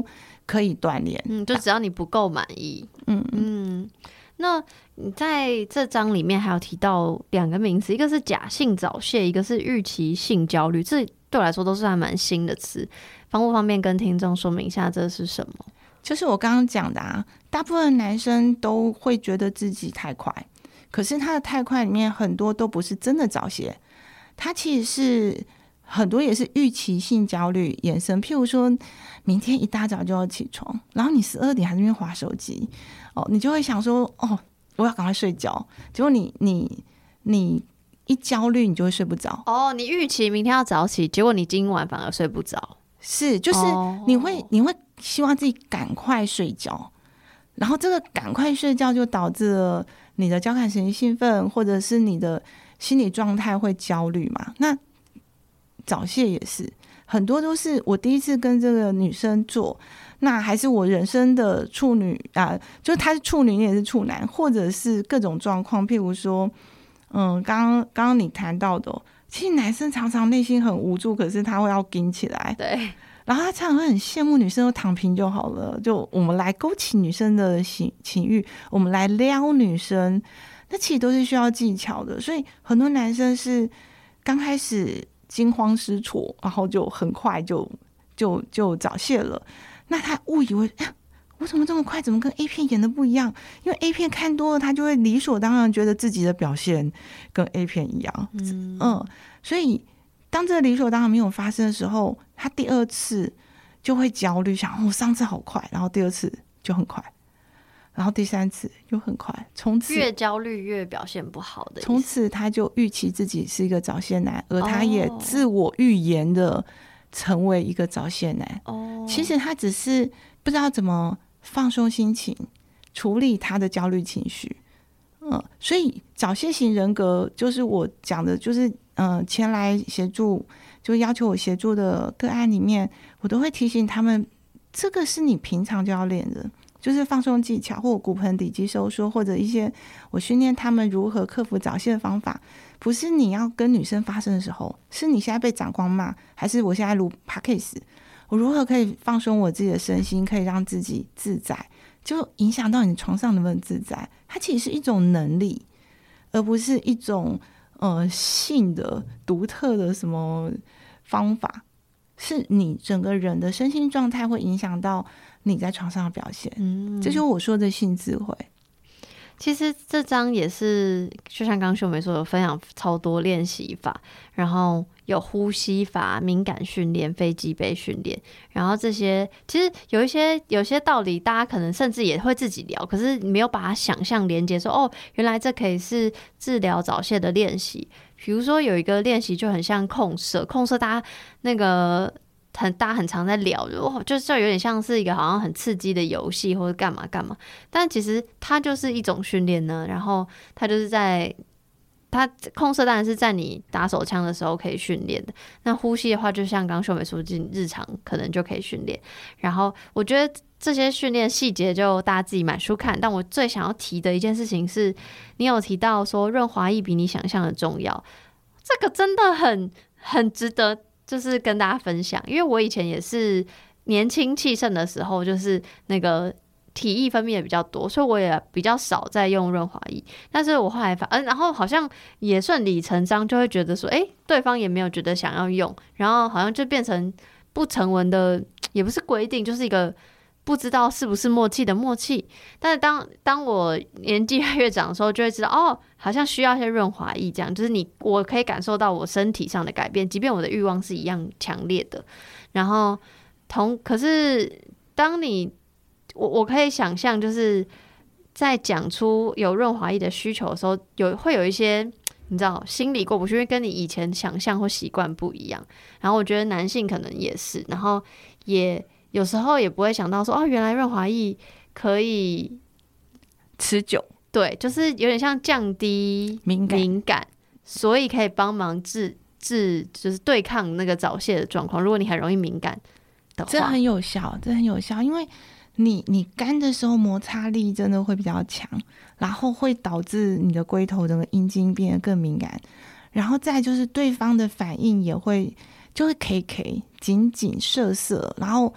可以锻炼。 嗯，就只要你不够满意。嗯嗯。那你在这章里面还有提到两个名词，一个是假性早泄，一个是预期性焦虑，这对我来说都是还蛮新的词，方不方便跟听众说明一下这是什么？ 就是我刚刚讲的啊，大部分男生都会觉得自己太快，可是他的太快里面很多都不是真的早泄，他其实是很多也是预期性焦虑衍生。譬如说明天一大早就要起床，然后你十二点还在那边滑手机，哦，你就会想说哦，我要赶快睡觉，结果你你你一焦虑你就会睡不着。 哦，你预期明天要早起，结果你今晚反而睡不着。 是，就是你会、哦、你会希望自己赶快睡觉，然后这个赶快睡觉就导致了你的交感神经兴奋，或者是你的心理状态会焦虑嘛。那早泄也是，很多都是我第一次跟这个女生做，那还是我人生的处女啊，就是她是处女，你也是处男，或者是各种状况，譬如说，嗯，刚刚刚刚你谈到的、哦，其实男生常常内心很无助，可是他会要硬起来， 对， 然后他常常会很羡慕女生都躺平就好了，就我们来勾起女生的情情欲，我们来撩女生，那其实都是需要技巧的，所以很多男生是刚开始惊慌失措，然后就很快就就就早泄了。那他误以为，哎，我怎么这么快？怎么跟 A 片演的不一样？因为 A 片看多了，他就会理所当然觉得自己的表现跟 A 片一样。嗯, 嗯所以当这个理所当然没有发生的时候，他第二次就会焦虑，想我、哦、上次好快，然后第二次就很快，然后第三次又很快，从此越焦虑越表现不好的意思。 从此他就预期自己是一个早泄男，而他也自我预言的成为一个早泄男。哦，其实他只是不知道怎么放松心情，处理他的焦虑情绪。嗯，所以早泄型人格就是我讲的，就是嗯、呃，前来协助，就要求我协助的个案里面，我都会提醒他们，这个是你平常就要练的。就是放松技巧，或骨盆底肌收缩，或者一些我训练他们如何克服早泄的方法，不是你要跟女生发生的时候，是你现在被长官骂，还是我现在录 podcast， 我如何可以放松我自己的身心，可以让自己自在，就影响到你床上能不能自在。它其实是一种能力，而不是一种呃性的独特的什么方法，是你整个人的身心状态会影响到你在床上的表现。嗯，这就是我说的性智慧。 其实这章也是就像刚刚秀梅说，有分享超多练习法，然后有呼吸法、敏感训练、飞机杯训练，然后这些其实有一些有些道理大家可能甚至也会自己聊，可是你没有把它想象连接说，哦，原来这可以是治疗早泄的练习。比如说有一个练习就很像控射，控射大家那个很大家很常在聊，就是有点像是一个好像很刺激的游戏或者干嘛干嘛，但其实它就是一种训练呢。然后它就是在它控射当然是在你打手枪的时候可以训练的，那呼吸的话就像刚刚秀美说进日常可能就可以训练。然后我觉得这些训练细节就大家自己买书看，但我最想要提的一件事情是，你有提到说润滑液比你想象的重要，这个真的很很值得就是跟大家分享。因为我以前也是年轻气盛的时候，就是那个体液分泌的比较多，所以我也比较少在用润滑液。但是我后来发、呃、然后好像也顺理成章就会觉得说，哎、欸，对方也没有觉得想要用，然后好像就变成不成文的，也不是规定，就是一个不知道是不是默契的默契。但是当当我年纪越长的时候，就会知道哦，好像需要一些润滑液，这样就是你我可以感受到我身体上的改变，即便我的欲望是一样强烈的。然后同可是当你我我可以想象，就是在讲出有润滑液的需求的时候，有会有一些你知道心理过不去，因为跟你以前想象或习惯不一样。然后我觉得男性可能也是，然后也有时候也不会想到说，哦，原来润滑液可以持久，对， 就是有点像降低敏感，敏感所以可以帮忙治治，就是对抗那个早泄的状况。如果你很容易敏感的话， 这很有效，这很有效，因为你你干的时候摩擦力真的会比较强，然后会导致你的龟头整个阴茎变得更敏感，然后再就是对方的反应也会就会 K K 紧紧涩涩，然后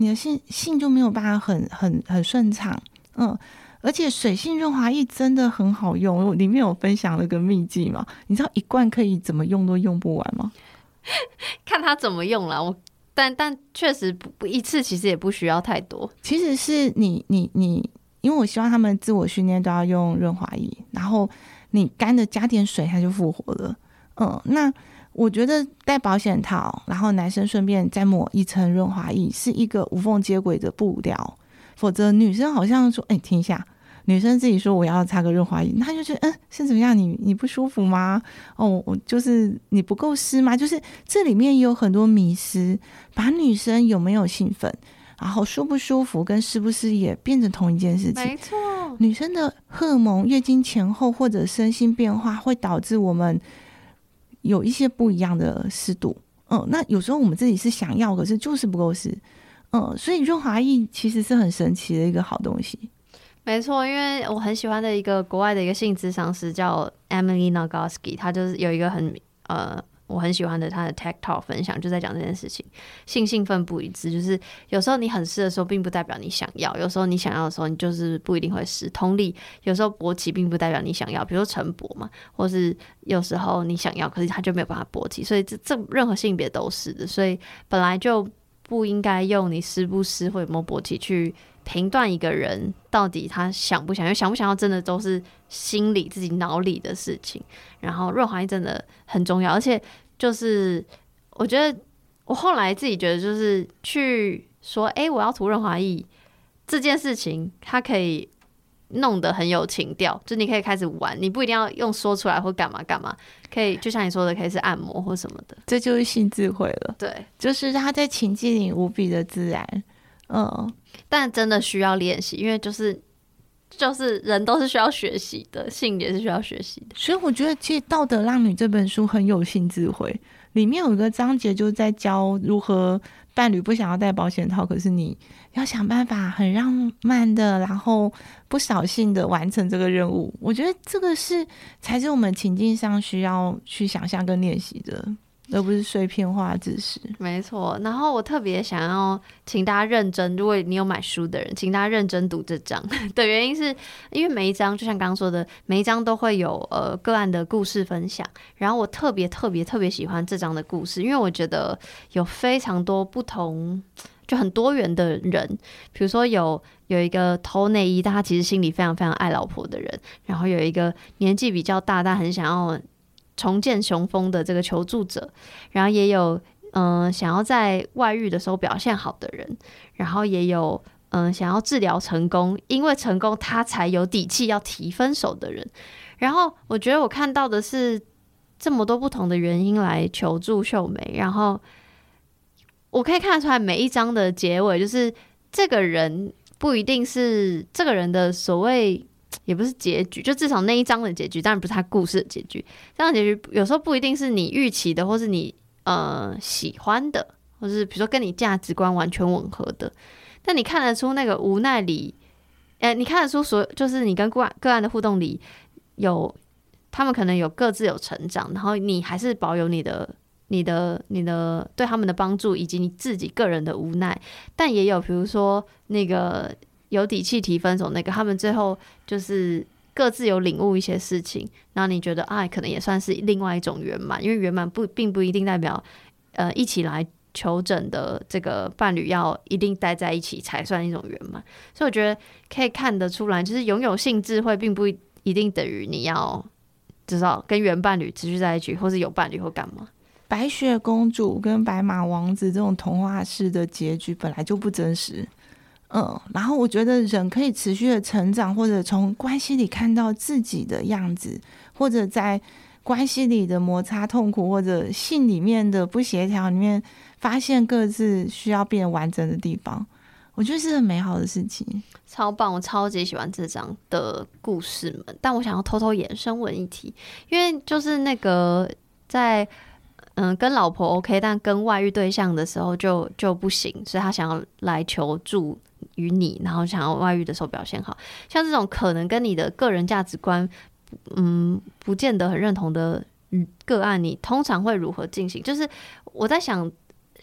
你的性性就没有办法很很很顺畅。嗯，而且水性润滑液真的很好用，我里面有分享了个秘籍嘛，你知道一罐可以怎么用都用不完吗？ 看它怎么用啦，我但但确实不一次其实也不需要太多。 其实是你你你，因为我希望他们自我训练都要用润滑液，然后你干的加点水它就复活了。嗯，那我觉得戴保险套，然后男生顺便再抹一层润滑液，是一个无缝接轨的步调。否则女生好像说，哎、欸，停一下，女生自己说我要擦个润滑液，她就觉得，嗯，是怎么样？你你不舒服吗？哦，我就是你不够湿吗？就是这里面也有很多迷思，把女生有没有兴奋，然后舒不舒服跟湿不湿也变成同一件事情。 没错， 女生的荷尔蒙月经前后或者身心变化会导致我们有一些不一样的湿度。嗯，那有时候我们自己是想要，可是就是不够湿。嗯，所以润滑液其实是很神奇的一个好东西。 没错，因为我很喜欢的一个国外的一个性咨商师叫 Emily Nagoski， 她就是有一个很呃我很喜欢的她的 Tech Talk 分享，就在讲这件事情，性兴奋不一致，就是有时候你很湿的时候并不代表你想要，有时候你想要的时候你就是不一定会湿。同理，有时候勃起并不代表你想要，比如说晨勃嘛，或是有时候你想要可是他就没有办法勃起，所以这这任何性别都是的，所以本来就不应该用你湿不湿或有没有勃起去评断一个人到底他想不想要，想不想要真的都是心理自己脑里的事情。然后润滑液真的很重要，而且就是我觉得我后来自己觉得就是去说哎、欸，我要涂润滑液这件事情它可以弄得很有情调，就你可以开始玩，你不一定要用说出来或干嘛干嘛，可以就像你说的可以是按摩或什么的， 这就是性智慧了。 对， 就是他在情境里无比的自然。嗯， 但真的需要练习，因为就是就是人都是需要学习的，性也是需要学习的。 所以我觉得其实《道德浪女》这本书很有性智慧，里面有一个章节就在教如何伴侣不想要戴保险套，可是你要想办法很浪漫的，然后不扫兴的完成这个任务。我觉得这个是才是我们情境上需要去想象跟练习的，而不是碎片化知识。 没错，然后我特别想要请大家认真，如果你有买书的人，请大家认真读这章的原因是因为每一章就像刚刚说的，每一章都会有呃个案的故事分享，然后我特别特别特别喜欢这章的故事，因为我觉得有非常多不同就很多元的人，比如说有有一个偷内衣但他其实心里非常非常爱老婆的人，然后有一个年纪比较大但很想要重建雄风的这个求助者，然后也有嗯、呃、想要在外遇的时候表现好的人，然后也有嗯、呃、想要治疗成功，因为成功他才有底气要提分手的人。然后我觉得我看到的是这么多不同的原因来求助秀梅，然后我可以看得出来每一章的结尾就是这个人不一定是这个人的所谓也不是结局，就至少那一章的结局，当然不是他故事的结局。这样的结局有时候不一定是你预期的，或是你呃喜欢的，或是比如说跟你价值观完全吻合的。但你看得出那个无奈里，呃，你看得出所就是你跟个案个案的互动里有他们可能有各自有成长，然后你还是保有你的。你的你的对他们的帮助以及你自己个人的无奈，但也有比如说那个有底气提分手那个，他们最后就是各自有领悟一些事情，然后你觉得啊，可能也算是另外一种圆满，因为圆满不并不一定代表呃一起来求诊的这个伴侣要一定待在一起才算一种圆满，所以我觉得可以看得出来，就是拥有性智慧并不一定等于你要至少跟原伴侣持续在一起，或是有伴侣或干嘛。 白雪公主跟白马王子这种童话式的结局本来就不真实，嗯，然后我觉得人可以持续的成长，或者从关系里看到自己的样子，或者在关系里的摩擦痛苦，或者性里面的不协调里面发现各自需要变完整的地方，我觉得是很美好的事情。 超棒，我超级喜欢这章的故事们，但我想要偷偷延伸问一题，因为就是那个在嗯，跟老婆 OK， 但跟外遇对象的时候就就不行，所以他想要来求助于你，然后想要外遇的时候表现好。像这种可能跟你的个人价值观，嗯，不见得很认同的个案，你通常会如何进行？就是我在想，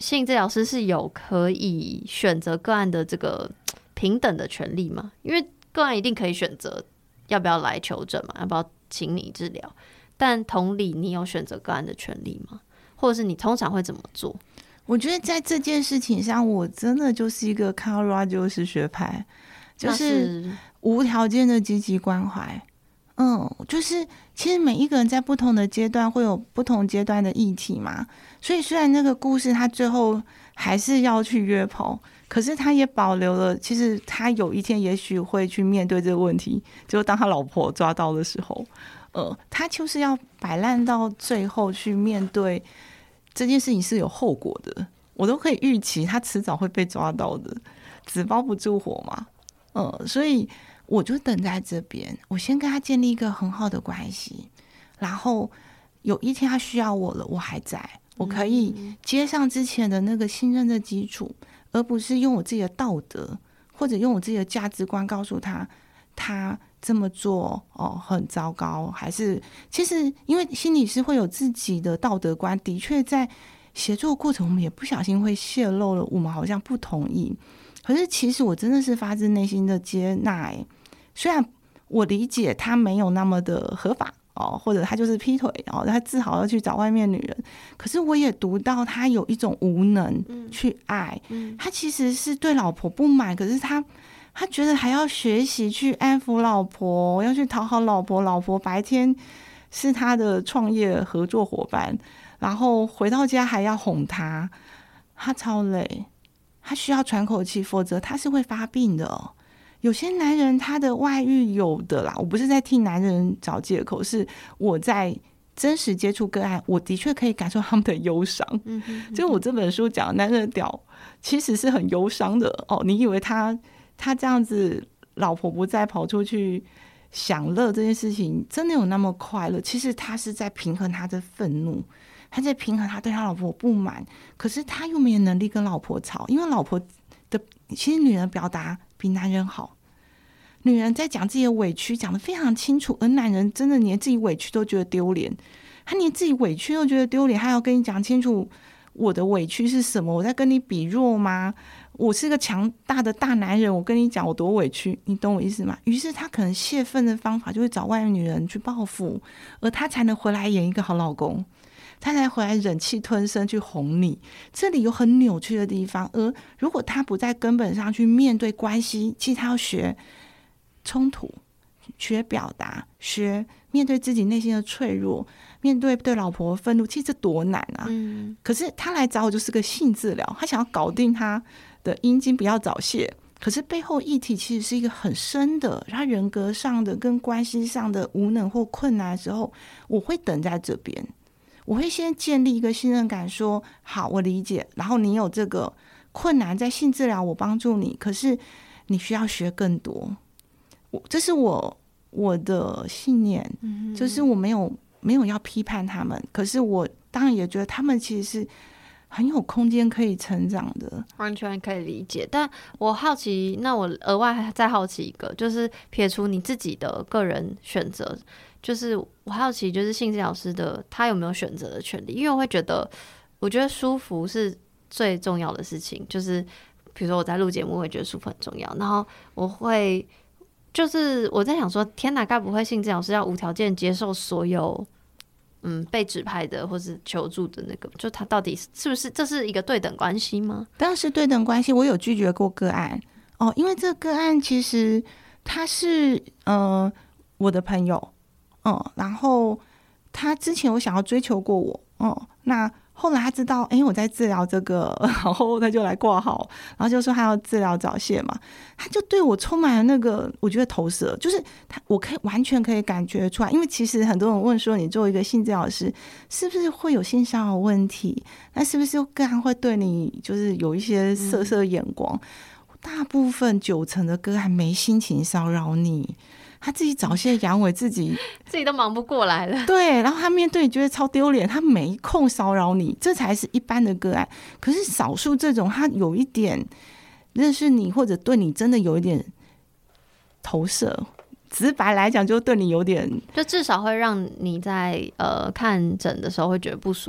心理治疗师是有可以选择个案的这个平等的权利吗？因为个案一定可以选择要不要来求诊嘛，要不要请你治疗，但同理你有选择个案的权利吗？或者是你通常会怎么做？ 我觉得在这件事情上，我真的就是一个 Carl Rogers 学派，就是无条件的积极关怀。嗯，就是其实每一个人在不同的阶段会有不同阶段的议题嘛，所以虽然那个故事他最后还是要去约炮，可是他也保留了，其实他有一天也许会去面对这个问题，就当他老婆抓到的时候，呃，他就是要摆烂到最后去面对这件事情是有后果的，我都可以预期他迟早会被抓到的，纸包不住火嘛，呃，所以我就等在这边，我先跟他建立一个很好的关系，然后有一天他需要我了，我还在，我可以接上之前的那个信任的基础，而不是用我自己的道德或者用我自己的价值观告诉他他这么做哦很糟糕，还是其实因为心理师会有自己的道德观，的确在协作过程我们也不小心会泄露了我们好像不同意，可是其实我真的是发自内心的接纳、欸、虽然我理解他没有那么的合法哦，或者他就是劈腿哦，他自豪要去找外面女人，可是我也读到他有一种无能去爱、嗯嗯、他其实是对老婆不满，可是他他觉得还要学习去安抚老婆，要去讨好老婆，老婆白天是他的创业合作伙伴，然后回到家还要哄他，他超累，他需要喘口气，否则他是会发病的、哦。有些男人他的外遇有的啦，我不是在替男人找借口，是我在真实接触个案，我的确可以感受他们的忧伤。嗯哼嗯，就我这本书讲男人的屌其实是很忧伤的哦。你以为他他这样子老婆不再跑出去享乐这件事情真的有那么快乐？其实他是在平衡他的愤怒，他在平衡他对他老婆不满，可是他又没有能力跟老婆吵，因为老婆的其实女人表达比男人好，女人在讲自己的委屈讲得非常清楚，而男人真的连自己委屈都觉得丢脸，他连自己委屈都觉得丢脸，他要跟你讲清楚我的委屈是什么，我在跟你比弱吗？我是个强大的大男人，我跟你讲我多委屈，你懂我意思吗？于是他可能泄愤的方法就是找外面女人去报复，而他才能回来演一个好老公，他才回来忍气吞声去哄你，这里有很扭曲的地方。而如果他不在根本上去面对关系，其实他要学冲突，学表达，学面对自己内心的脆弱，面对对老婆的愤怒，其实这多难啊、嗯、可是他来找我就是个性治疗，他想要搞定他的阴茎不要早泄，可是背后议题其实是一个很深的，他人格上的跟关系上的无能或困难的时候，我会等在这边，我会先建立一个信任感，说好我理解，然后你有这个困难在性治疗我帮助你，可是你需要学更多，我这是我我的信念、嗯、就是我没有没有要批判他们，可是我当然也觉得他们其实是很有空间可以成长的， 完全可以理解。但我好奇，那我额外再好奇一个，就是撇除你自己的个人选择，就是我好奇就是性治疗师的他有没有选择的权利，因为我会觉得我觉得舒服是最重要的事情，就是比如说我在录节目我会觉得舒服很重要，然后我会就是我在想说天哪，该不会性治疗师要无条件接受所有嗯被指派的或是求助的那个，就他到底是不是这是一个对等关系吗？ 当然是对等关系，我有拒绝过个案哦，因为这个个案其实他是呃我的朋友，嗯，然后他之前有想要追求过我，哦、嗯，那后来他知道，哎，我在治疗这个，然后他就来挂号，然后就说他要治疗早泄嘛，他就对我充满了那个，我觉得投射，就是他，我可以完全可以感觉出来，因为其实很多人问说，你作为一个性治疗师，是不是会有性骚扰问题？那是不是个案会对你就是有一些色色眼光？嗯、大部分九成的个案没心情骚扰你。他自己早泄阳痿，自己自己都忙不过来了。 对，然后他面对你觉得超丢脸，他没空骚扰你，这才是一般的个案。可是少数这种，他有一点认识你，或者对你真的有一点投射，直白来讲，就对你有点， 就至少会让你在呃看诊的时候会觉得不舒服。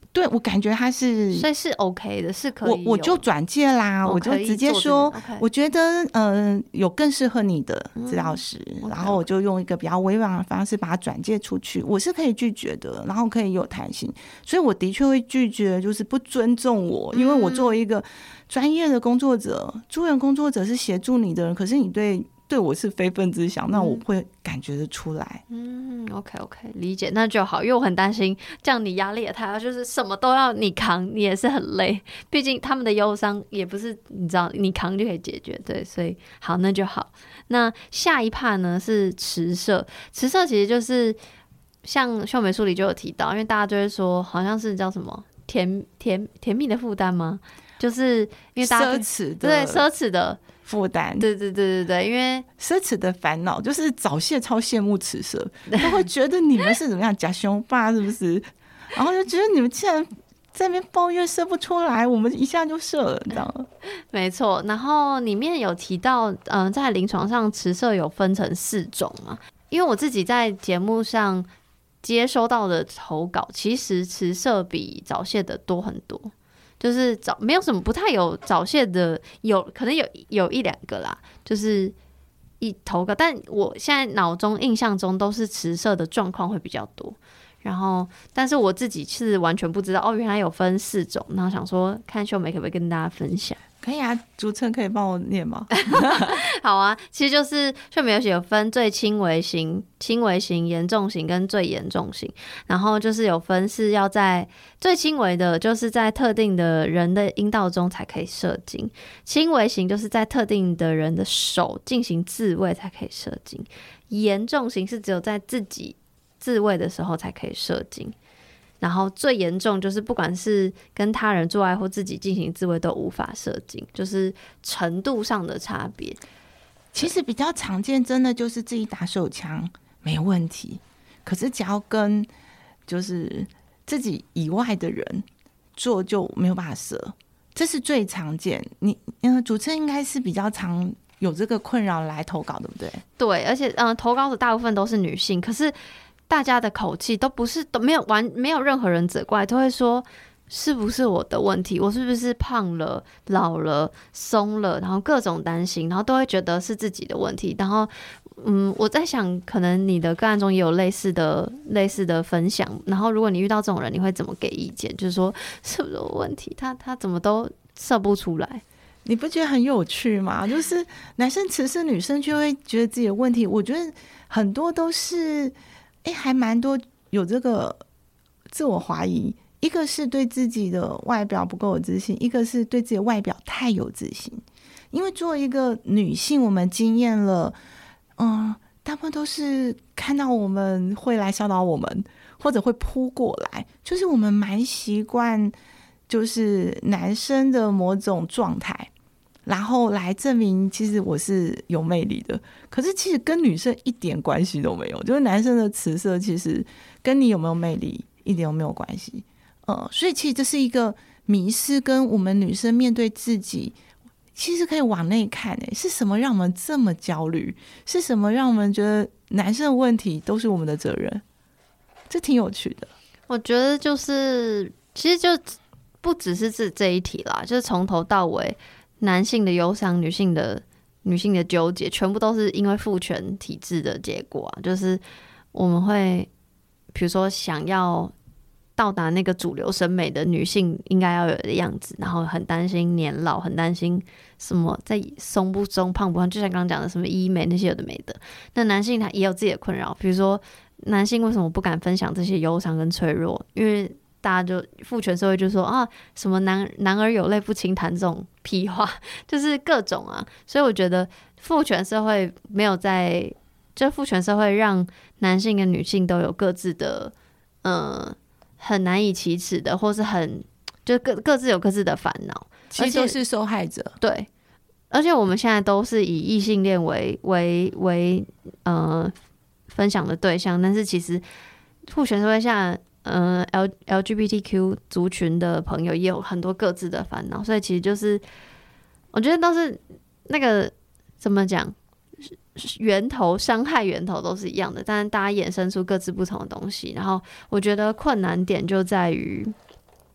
对，我感觉他是， 所以是 OK 的，是可以我我就转介啦，我就直接说，我觉得呃有更适合你的治疗师，嗯、然后我就用一个比较委婉的方式把它转介出去，我是可以拒绝的，然后可以有弹性，所以我的确会拒绝，就是不尊重我，因为我作为一个专业的工作者，助人工作者是协助你的人，可是你对。对我是非分之想，那我会感觉得出来。 嗯 ，OK OK， 理解，那就好，因为我很担心这样你压力也太大，就是什么都要你扛，你也是很累。毕竟他们的忧伤也不是你知道你扛就可以解决，对，所以好那就好。那下一 part 呢是持摄，持摄其实就是像秀美书里就有提到，因为大家就会说好像是叫什么甜甜甜蜜的负担吗？就是因为大家奢侈的， 对奢侈的。 负担， 对对对对对，因为奢侈的烦恼就是早泄超羡慕持摄，都会觉得你们是怎么样假胸霸是不是？然后就觉得你们竟然在那边抱怨射不出来，我们一下就射了，你知道吗？ 没错，然后里面有提到，嗯、呃，在临床上持摄有分成四种嘛，因为我自己在节目上接收到的投稿，其实持摄比早泄的多很多。就是早没有什么不太有早泄的，有可能有有一两个啦，就是一投稿，但我现在脑中印象中都是持摄的状况会比较多。然后，但是我自己是完全不知道哦，原来有分四种。然后想说，看秀美可不可以跟大家分享？ 可以啊，主持人可以帮我念吗？ 好啊，其实就是秀美有写有分最轻微型、轻微型、严重型跟最严重型，然后就是有分是要在最轻微的，就是在特定的人的阴道中才可以射精；轻微型就是在特定的人的手进行自慰才可以射精；严重型是只有在自己自慰的时候才可以射精。然后最严重就是不管是跟他人做爱或自己进行自慰都无法射精，就是程度上的差别。 其实比较常见真的就是自己打手枪没问题，可是只要跟就是自己以外的人做就没有办法射，这是最常见。你嗯，主持人应该是比较常有这个困扰来投稿，对不对？ 对，而且嗯、呃，投稿者大部分都是女性，可是大家的口气都不是都没有完没有任何人责怪，都会说是不是我的问题，我是不是胖了、老了、松了，然后各种担心，然后都会觉得是自己的问题。然后嗯，我在想，可能你的个案中也有类似的类似的分享。然后如果你遇到这种人，你会怎么给意见？就是说是不是我问题？他他怎么都射不出来？ 你不觉得很有趣吗？就是男生持摄，女生就会觉得自己的问题。我觉得很多都是。哎，还蛮多有这个自我怀疑，一个是对自己的外表不够有自信，一个是对自己的外表太有自信。因为作为一个女性，我们经验了，嗯，大部分都是看到我们会来骚扰我们，或者会扑过来，就是我们蛮习惯，就是男生的某种状态。然后来证明其实我是有魅力的，可是其实跟女生一点关系都没有，就是男生的持摄其实跟你有没有魅力一点都没有关系。呃，所以其实这是一个迷思，跟我们女生面对自己其实可以往内看，欸，是什么让我们这么焦虑？是什么让我们觉得男生的问题都是我们的责任？这挺有趣的。 我觉得就是其实就不只是这这一题啦，就是从头到尾男性的忧伤，女性的女性的纠结，全部都是因为父权体制的结果啊。就是我们会比如说想要到达那个主流审美的女性应该要有的样子，然后很担心年老，很担心什么在松不松胖不胖，就像刚刚讲的什么医美那些有的没的。那男性他也有自己的困扰，比如说男性为什么不敢分享这些忧伤跟脆弱？因为大家就父权社会就说啊，什么男男儿有泪不轻弹这种屁话，就是各种啊。所以我觉得父权社会没有在，就父权社会让男性跟女性都有各自的呃很难以启齿的，或是很就各各自有各自的烦恼， 其实都是受害者。 对，而且我们现在都是以异性恋为为为呃分享的对象，但是其实父权社会下。呃 L LGBTQ 族群的朋友也有很多各自的烦恼，所以其实就是我觉得都是那个怎么讲，源头伤害源头都是一样的，但是大家衍生出各自不同的东西。然后我觉得困难点就在于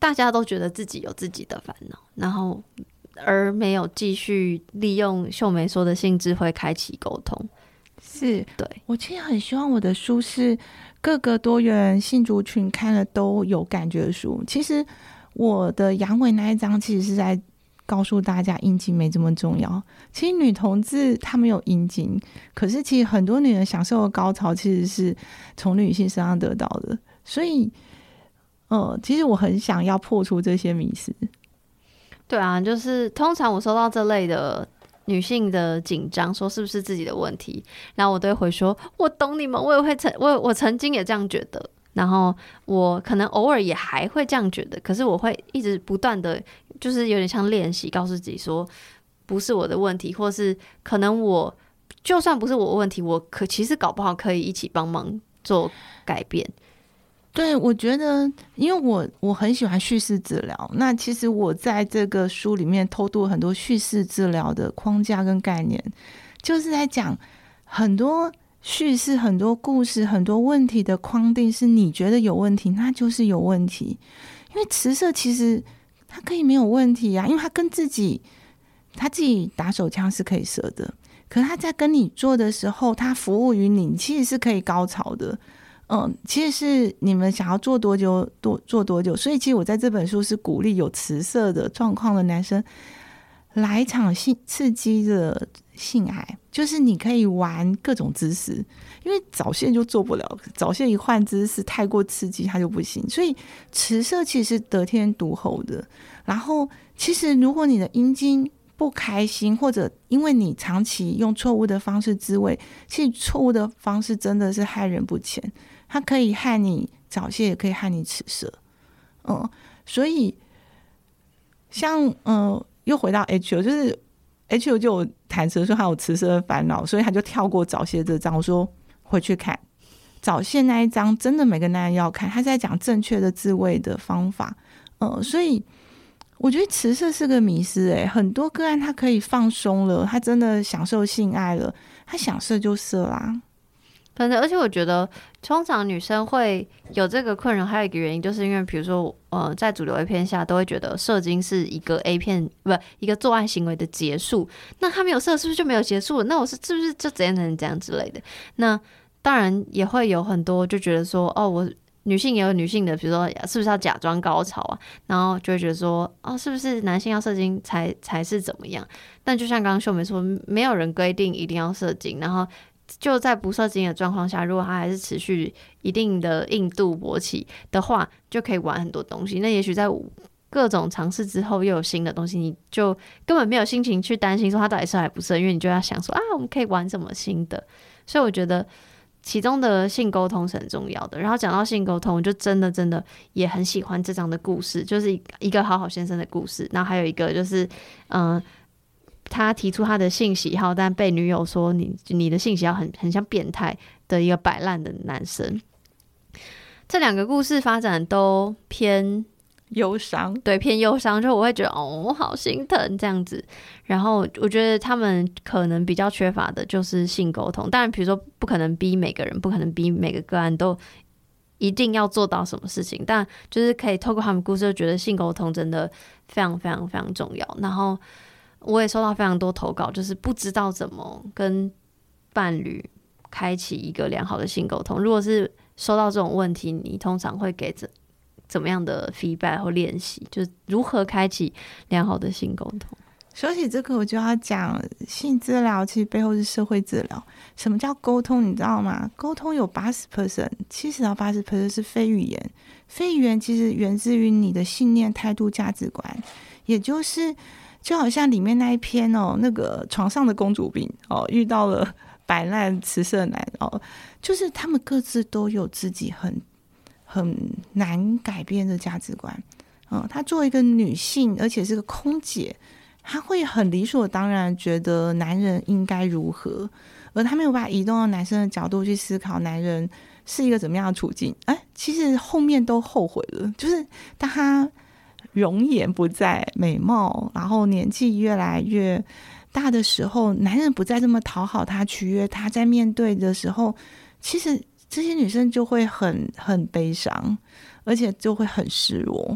大家都觉得自己有自己的烦恼，然后而没有继续利用秀梅说的性智慧开启沟通。 是， 对， 我其实很希望我的书是各个多元性族群看了都有感觉的书。其实我的阳痿那一章其实是在告诉大家阴茎没这么重要。其实女同志她们有阴茎，可是其实很多女人享受的高潮其实是从女性身上得到的，所以呃，其实我很想要破除这些迷思。 对啊，就是通常我收到这类的女性的紧张，说是不是自己的问题，然后我都会回说，我懂你们，我也会曾我我曾经也这样觉得，然后我可能偶尔也还会这样觉得，可是我会一直不断的，就是有点像练习，告诉自己说不是我的问题，或是可能我就算不是我的问题，我可其实搞不好可以一起帮忙做改变。 对，我觉得因为我我很喜欢叙事治疗，那其实我在这个书里面偷渡很多叙事治疗的框架跟概念，就是在讲很多叙事、很多故事、很多问题的框定是你觉得有问题，那就是有问题。因为慈色其实他可以没有问题啊，因为他跟自己他自己打手枪是可以射的，可是他在跟你做的时候，他服务于你，其实是可以高潮的。嗯，其实是你们想要做多久多做多久，所以其实我在这本书是鼓励有慈色的状况的男生来一场性刺激的性爱，就是你可以玩各种姿势，因为早泄就做不了，早泄一换姿势太过刺激它就不行，所以慈色其实是得天独厚的。然后其实如果你的阴茎不开心，或者因为你长期用错误的方式自慰，其实错误的方式真的是害人不浅，它可以害你早泄，也可以害你迟射。嗯，所以像呃，又回到 H O， 就是 H O 就有坦诚说他有迟射的烦恼，所以他就跳过早泄这章。我说回去看早泄那一章，真的每个男人要看，他在讲正确的自慰的方法。呃，所以我觉得迟射是个迷思，欸，很多个案他可以放松了，他真的享受性爱了，他想射就射啦。 真的，而且我觉得通常女生会有这个困扰，还有一个原因就是因为比如说呃，在主流 A 片下都会觉得射精是一个 A 片不一个做爱行为的结束，那他没有射是不是就没有结束了？那我是是不是就怎样能这样之类的？那当然也会有很多就觉得说哦，我女性也有女性的，比如说是不是要假装高潮啊，然后就会觉得说哦，是不是男性要射精才才是怎么样？但就像刚刚秀梅说，没有人规定一定要射精，然后就在不射精的状况下，如果它还是持续一定的硬度勃起的话，就可以玩很多东西。那也许在各种尝试之后又有新的东西，你就根本没有心情去担心说它到底射还不射，因为你就要想说啊，我们可以玩什么新的。所以我觉得其中的性沟通是很重要的。然后讲到性沟通，我就真的真的也很喜欢这章的故事，就是一个好好先生的故事。然后还有一个就是嗯、呃他提出他的性喜好，但被女友说你你的性喜好很很像变态的一个摆烂的男生。这两个故事发展都偏忧伤， 对，偏忧伤，就我会觉得哦，我好心疼这样子。然后我觉得他们可能比较缺乏的就是性沟通。当然，比如说不可能逼每个人，不可能逼每个个案都一定要做到什么事情，但就是可以透过他们故事，就觉得性沟通真的非常非常非常重要。然后我也收到非常多投稿，就是不知道怎么跟伴侣开启一个良好的性沟通。如果是收到这种问题，你通常会给怎怎么样的 feedback 或练习，就是如何开启良好的性沟通？ 说起这个，我就要讲性治疗其实背后是社会治疗。什么叫沟通？你知道吗？沟通有 百分之八十 七十到百分之八十 是非语言。非语言其实源自于你的信念、态度、价值观，也就是就好像里面那一篇哦，那个床上的公主病哦，遇到了摆烂慈色男哦，就是他们各自都有自己很很难改变的价值观。嗯，她作为一个女性，而且是个空姐，她会很理所当然觉得男人应该如何，而她没有办法移动到男生的角度去思考男人是一个怎么样的处境。哎，其实后面都后悔了，就是当她容颜不再，美貌，然后年纪越来越大的时候，男人不再这么讨好她、取悦她，在面对的时候，其实这些女生就会很很悲伤，而且就会很失落。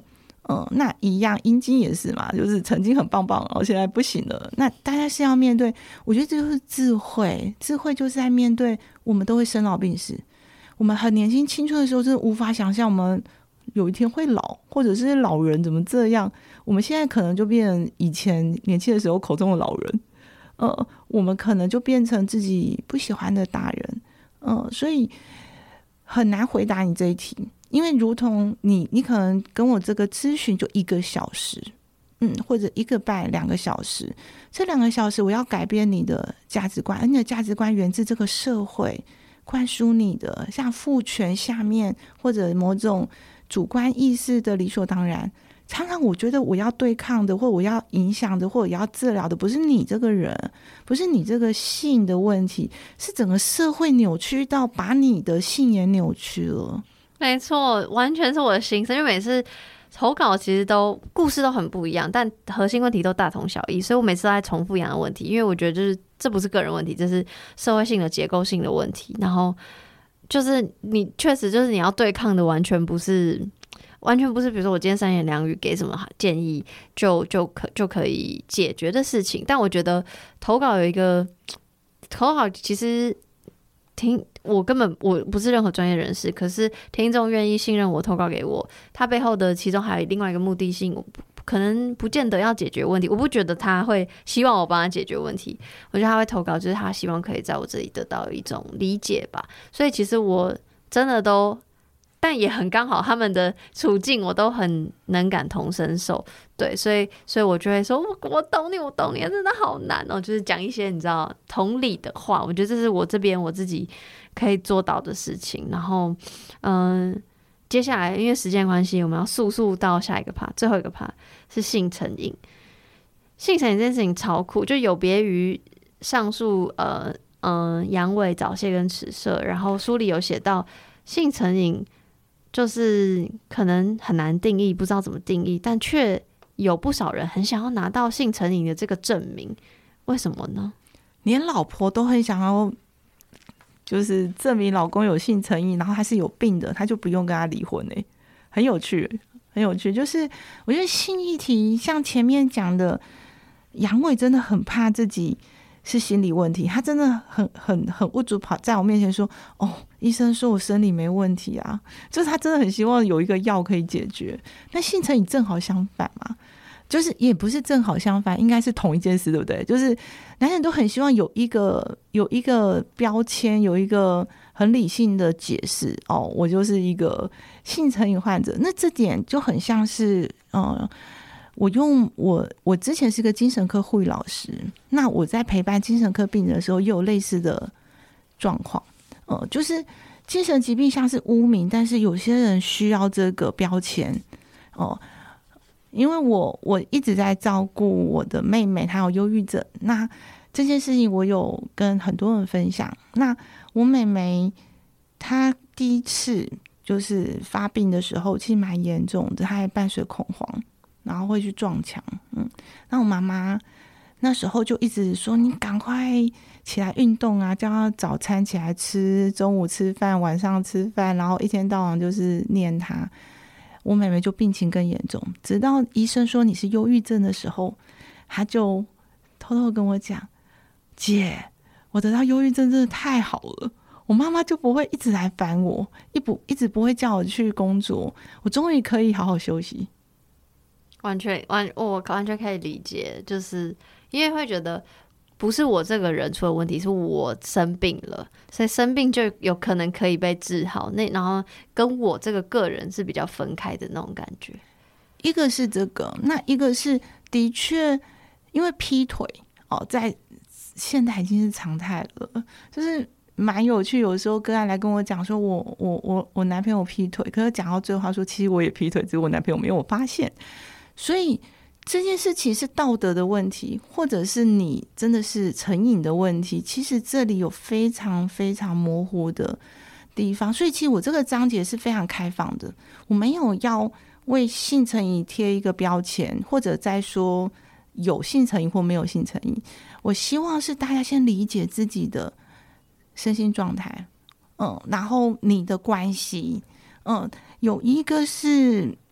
嗯，那一样阴茎也是嘛，就是曾经很棒棒，然后现在不行了。那大家是要面对，我觉得这就是智慧，智慧就是在面对我们都会生老病死。我们很年轻青春的时候，真的无法想象我们有一天会老，或者是老人怎么这样。我们现在可能就变成以前年轻的时候口中的老人，呃，我们可能就变成自己不喜欢的大人，呃，所以很难回答你这一题。因为如同你你可能跟我这个咨询就一个小时，嗯，或者一个半两个小时，这两个小时我要改变你的价值观，而你的价值观源自这个社会灌输你的像父权下面或者某种主观意识的理所当然。常常我觉得我要对抗的，或我要影响的，或者要治疗的，不是你这个人，不是你这个性的问题，是整个社会扭曲到把你的信也扭曲了。 没错，完全是我的心声。因为每次投稿其实都故事都很不一样，但核心问题都大同小异，所以我每次都在重复一样的问题。因为我觉得就是这不是个人问题，这是社会性的结构性的问题。然后就是你确实就是你要对抗的，完全不是完全不是，比如说我今天三言两语给什么建议就就可就可以解决的事情。但我觉得投稿有一个投稿其实。听，我根本我不是任何专业人士，可是听众愿意信任我投稿给我，他背后的其中还有另外一个目的性，我可能不见得要解决问题，我不觉得他会希望我帮他解决问题，我觉得他会投稿就是他希望可以在我这里得到一种理解吧。所以其实我真的都，但也很刚好他们的处境我都很能感同身受，对，所以所以我就会说我我懂你我懂你，真的好难哦，就是讲一些你知道同理的话，我觉得这是我这边我自己可以做到的事情。然后嗯，接下来因为时间关系，我们要速速到下一个 part， 最后一个 part 是性成瘾。性成瘾这件事情超酷，就有别于上述呃嗯阳痿早泄跟迟射，然后书里有写到性成瘾就是可能很难定义，不知道怎么定义，但却有不少人很想要拿到性成瘾的这个证明，为什么呢？ 连老婆都很想要，就是证明老公有性成瘾，然后他是有病的，他就不用跟他离婚欸，很有趣，很有趣。就是我觉得性议题，像前面讲的，阳痿真的很怕自己是心理问题，他真的很很很无助，跑在我面前说：“哦，医生说我生理没问题啊。”就是他真的很希望有一个药可以解决。那性成瘾正好相反嘛，就是也不是正好相反，应该是同一件事，对不对？就是男人都很希望有一个有一个标签，有一个很理性的解释。哦，我就是一个性成瘾患者。那这点就很像是呃。我用我我之前是个精神科护理老师，那我在陪伴精神科病人的时候，也有类似的状况，呃，就是精神疾病像是污名，但是有些人需要这个标签哦、呃。因为我我一直在照顾我的妹妹，她有忧郁症，那这件事情我有跟很多人分享。那我妹妹她第一次就是发病的时候，其实蛮严重的，她还伴随恐慌。然后会去撞墙，嗯，那我妈妈那时候就一直说你赶快起来运动啊，叫她早餐起来吃，中午吃饭，晚上吃饭，然后一天到晚就是念她。我妹妹就病情更严重，直到医生说你是忧郁症的时候，她就偷偷跟我讲：“姐，我得到忧郁症真的太好了。”我妈妈就不会一直来烦我，一不一直不会叫我去工作，我终于可以好好休息。 完全完，我完全可以理解，就是因为会觉得不是我这个人出了问题，是我生病了，所以生病就有可能可以被治好。那然后跟我这个个人是比较分开的那种感觉。 一个是这个，那一个是的确，因为劈腿哦，在现在已经是常态了，就是蛮有趣。有时候个案来跟我讲说我，我我我我男朋友劈腿，可是讲到最后他说，其实我也劈腿，只是我男朋友没有发现。所以这件事情是道德的问题，或者是你真的是成瘾的问题，其实这里有非常非常模糊的地方。所以其实我这个章节是非常开放的，我没有要为性成瘾贴一个标签，或者再说有性成瘾或没有性成瘾。我希望是大家先理解自己的身心状态，嗯，然后你的关系，嗯，有一个是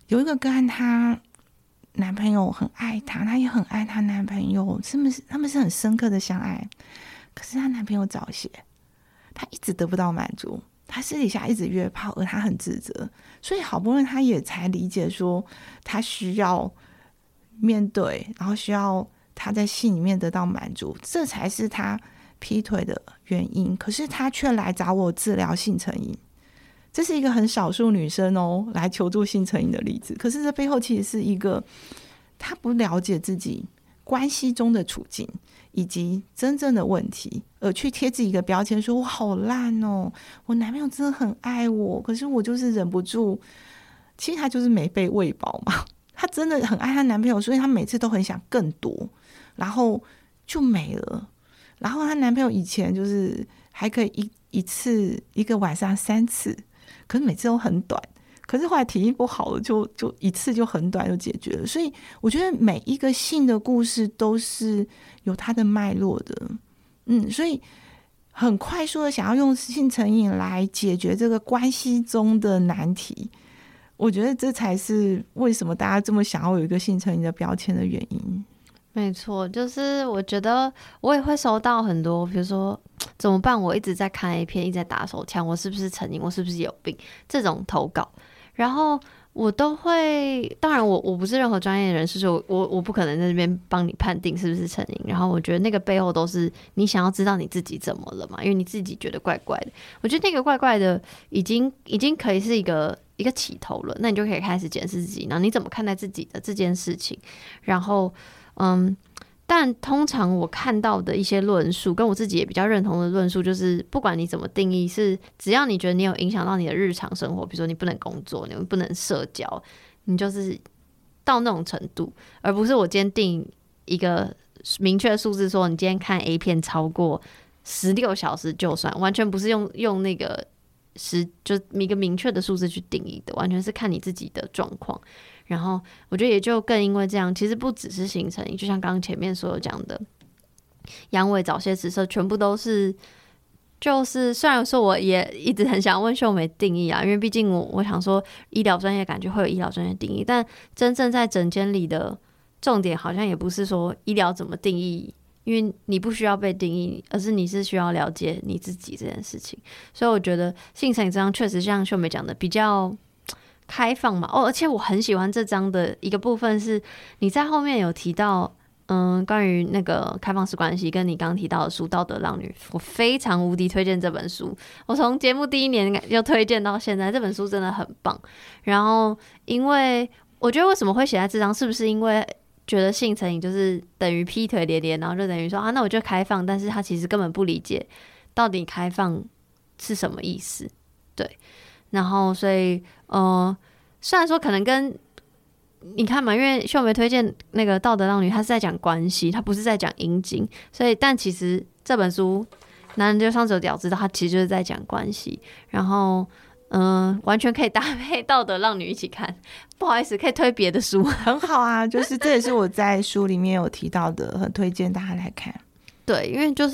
有一个个案，她男朋友很爱她，她也很爱她男朋友，他们是他们是很深刻的相爱，可是她男朋友早泄，她一直得不到满足，她私底下一直约炮，而她很自责，所以好不容易她也才理解说她需要面对，然后需要她在性里面得到满足，这才是她劈腿的原因。可是她却来找我治疗性成瘾，这是一个很少数女生哦来求助性成瘾的例子。可是这背后其实是一个她不了解自己关系中的处境以及真正的问题，而去贴自己一个标签说我好烂哦，我男朋友真的很爱我，可是我就是忍不住。其实她就是没被喂饱嘛，她真的很爱她男朋友，所以她每次都很想更多，然后就没了。然后她男朋友以前就是还可以一一次一个晚上三次，可是每次都很短，可是后来体力不好了，就就一次就很短就解决了。所以我觉得每一个性的故事都是有它的脉络的，嗯，所以很快速的想要用性成瘾来解决这个关系中的难题，我觉得这才是为什么大家这么想要有一个性成瘾的标签的原因。 没错，就是我觉得我也会收到很多，比如说怎么办，我一直在看 A 片，一直在打手枪，我是不是成瘾，我是不是有病，这种投稿，然后我都会，当然我我不是任何专业人士，所以我我我不可能在这边帮你判定是不是成瘾，然后我觉得那个背后都是你想要知道你自己怎么了嘛，因为你自己觉得怪怪的，我觉得那个怪怪的已经已经可以是一个一个起头了，那你就可以开始检视自己，然后你怎么看待自己的这件事情，然后嗯，但通常我看到的一些论述，跟我自己也比较认同的论述，就是不管你怎么定义，是只要你觉得你有影响到你的日常生活，比如说你不能工作，你不能社交，你就是到那种程度，而不是我今天定一个明确的数字，说你今天看 A 片超过十六小时就算，完全不是用用那个时就一个明确的数字去定义的，完全是看你自己的状况。然后我觉得也就更因为这样，其实不只是性成瘾，就像刚刚前面所有讲的阳痿、早泄、迟射，全部都是就是虽然说我也一直很想问秀梅定义啊，因为毕竟我我想说医疗专业感觉会有医疗专业定义，但真正在诊间里的重点好像也不是说医疗怎么定义，因为你不需要被定义，而是你是需要了解你自己这件事情。所以我觉得性成瘾这样确实像秀梅讲的比较开放嘛，哦，而且我很喜欢这章的一个部分是你在后面有提到，嗯，关于那个开放式关系，跟你刚刚提到的书《道德浪女》，我非常无敌推荐这本书。我从节目第一年就推荐到现在，这本书真的很棒。然后，因为我觉得为什么会写在这章，是不是因为觉得性成瘾就是等于劈腿连连，然后就等于说啊，那我就开放，但是他其实根本不理解到底开放是什么意思，对。然后，所以，呃，虽然说可能跟你看嘛，因为秀梅推荐那个《道德浪女》，她是在讲关系，她不是在讲阴茎，所以，但其实这本书《男人就上手屌知道》，它其实就是在讲关系。然后，嗯、呃，完全可以搭配《道德浪女》一起看。不好意思，可以推别的书， 很好啊，就是这也是我在书里面有提到的，很推荐大家来看。 对，因为就是，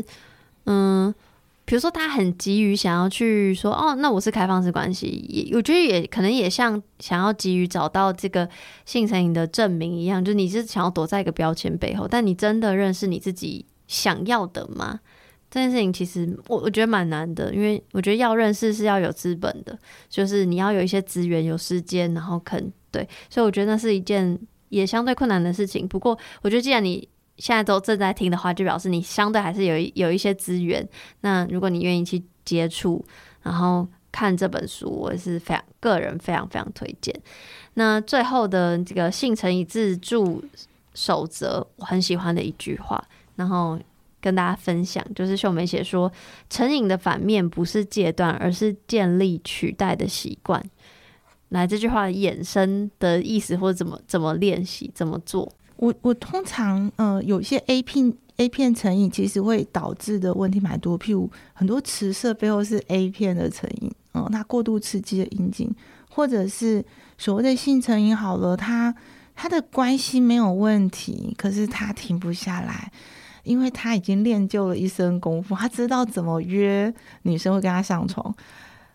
嗯。比如说他很急于想要去说哦，那我是开放式关系，也我觉得也可能也像想要急于找到这个性成瘾的证明一样，就你是想要躲在一个标签背后，但你真的认识你自己想要的吗？这件事情其实我我觉得蛮难的，因为我觉得要认识是要有资本的，就是你要有一些资源、有时间，然后肯对，所以我觉得那是一件也相对困难的事情。不过我觉得既然你现在都正在听的话，就表示你相对还是有一有一些资源。那如果你愿意去接触，然后看这本书，我是非常个人非常非常推荐。那最后的这个性成瘾自助守则，我很喜欢的一句话，然后跟大家分享，就是秀梅写说，成瘾的反面不是戒断，而是建立取代的习惯。来，这句话的衍生的意思，或者怎么怎么练习，怎么做？ 我我通常呃有些 A 片 A 片成瘾，其实会导致的问题蛮多，譬如很多迟射背后是 A 片的成瘾，嗯、呃，它过度刺激的阴茎，或者是所谓的性成瘾好了，他他的关系没有问题，可是他停不下来，因为他已经练就了一身功夫，他知道怎么约女生会跟他上床。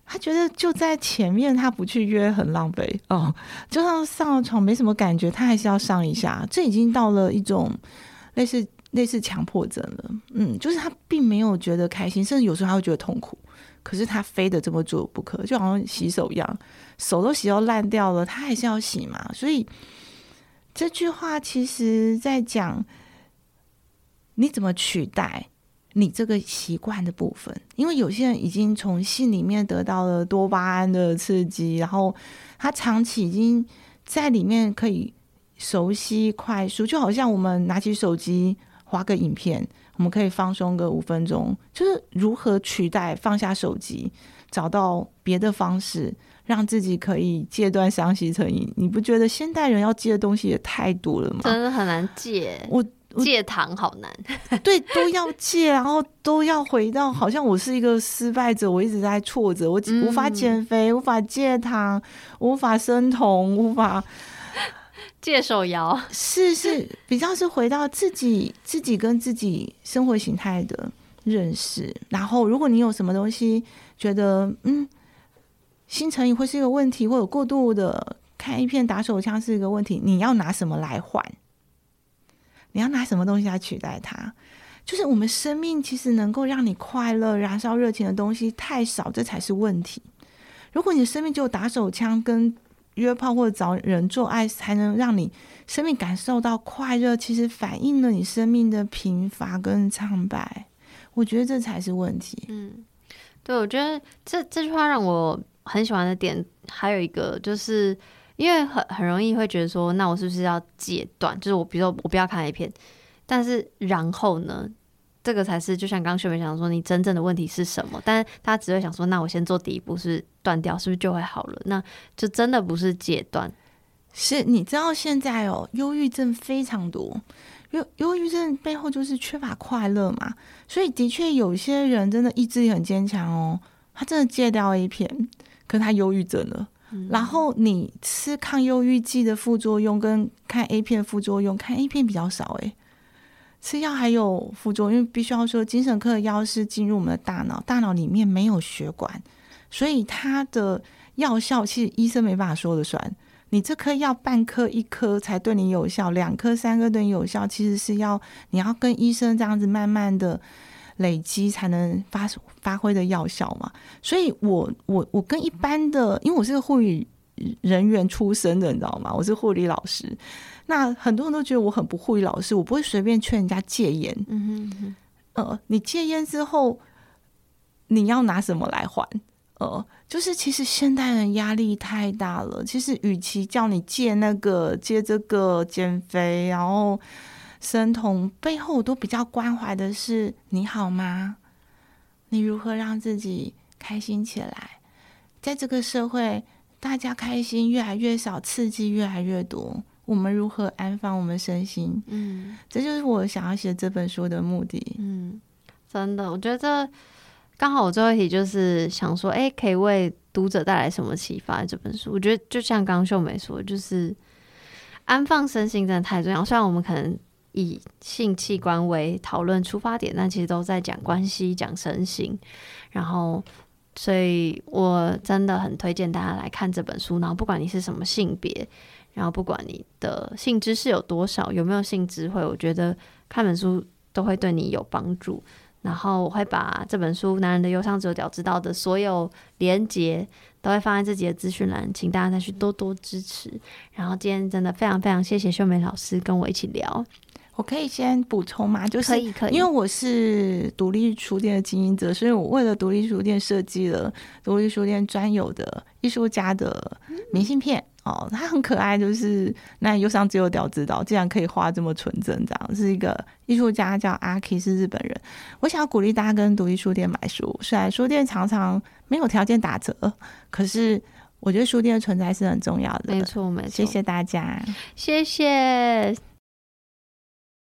他觉得就在前面，他不去约很浪费哦。就算上了床没什么感觉，他还是要上一下。这已经到了一种类似类似强迫症了。嗯，就是他并没有觉得开心，甚至有时候他会觉得痛苦。可是他非得这么做不可，就好像洗手一样，手都洗到烂掉了，他还是要洗嘛。所以这句话其实在讲你怎么取代你这个习惯的部分，因为有些人已经从性里面得到了多巴胺的刺激，然后他长期已经在里面可以熟悉快速，就好像我们拿起手机滑个影片，我们可以放松个五分钟，就是如何取代放下手机，找到别的方式让自己可以戒断伤息成瘾。你不觉得现代人要戒的东西也太多了吗？ 真的很难戒，我戒糖好难。 对，都要戒，然后都要回到好像我是一个失败者，我一直在挫折，我无法减肥、嗯、无法戒糖，无法生酮，无法戒手摇， 是是比较是回到自己自己跟自己生活形态的认识。然后如果你有什么东西觉得嗯性成瘾会是一个问题，或者过度的看一片打手枪是一个问题，你要拿什么来换？你要拿什么东西来取代它？就是我们生命其实能够让你快乐燃烧热情的东西太少，这才是问题。如果你的生命只有打手枪跟约炮或者找人做爱才能让你生命感受到快乐，其实反映了你生命的贫乏跟苍白，我觉得这才是问题。 嗯，对，我觉得这这句话让我很喜欢的点还有一个就是因为很很容易会觉得说，那我是不是要戒断？就是我比如说我不要看 A 片，但是然后呢，这个才是就像刚刚秀美讲说，你真正的问题是什么？但是他只会想说，那我先做第一步是断掉，是不是就会好了？那就真的不是戒断。 是你知道现在哦，忧郁症非常多，忧忧郁症背后就是缺乏快乐嘛，所以的确有些人真的意志力很坚强哦，他真的戒掉 A 片，可是他忧郁症了。然后你吃抗忧郁剂的副作用跟看 A 片副作用，看 A 片比较少诶，吃药还有副作用，因为必须要说精神科的药是进入我们的大脑，大脑里面没有血管，所以它的药效其实医生没办法说了算。你这颗药半颗一颗才对你有效，两颗三颗对你有效，其实是要你要跟医生这样子慢慢的累积才能 发, 发挥的药效嘛。所以我我我跟一般的，因为我是个护理人员出身的，你知道吗？我是护理老师，那很多人都觉得我很不护理老师，我不会随便劝人家戒烟。嗯哼哼，呃，你戒烟之后，你要拿什么来还？呃，就是其实现代人压力太大了，其实与其叫你戒那个戒这个减肥，然后生酮，背后我都比较关怀的是你好吗？你如何让自己开心起来？在这个社会大家开心越来越少，刺激越来越多，我们如何安放我们身心？嗯，这就是我想要写这本书的目的。 嗯，真的，我觉得刚好我最后一题就是想说，哎，可以为读者带来什么启发？这本书，我觉得就像刚刚秀美说，就是安放身心真的太重要。虽然我们可能以性器官为讨论出发点，但其实都在讲关系、讲身心。然后，所以我真的很推荐大家来看这本书。然后，不管你是什么性别，然后不管你的性知识有多少，有没有性智慧，我觉得看本书都会对你有帮助。然后我会把这本书《男人的忧伤只有屌知道》的所有连结都会放在自己的资讯栏，请大家再去多多支持。然后今天真的非常非常谢谢秀美老师跟我一起聊。 我可以先补充吗？就是可以可以， 因为我是独立书店的经营者，所以我为了独立书店设计了独立书店专有的艺术家的明信片。哦，它很可爱，就是那忧伤只有屌知道，竟然可以画这么纯真，这样是一个艺术家叫阿 K， 是日本人。我想要鼓励大家跟独立书店买书，虽然书店常常没有条件打折，可是我觉得书店的存在是很重要的。 没错没错， 谢谢大家， 谢谢。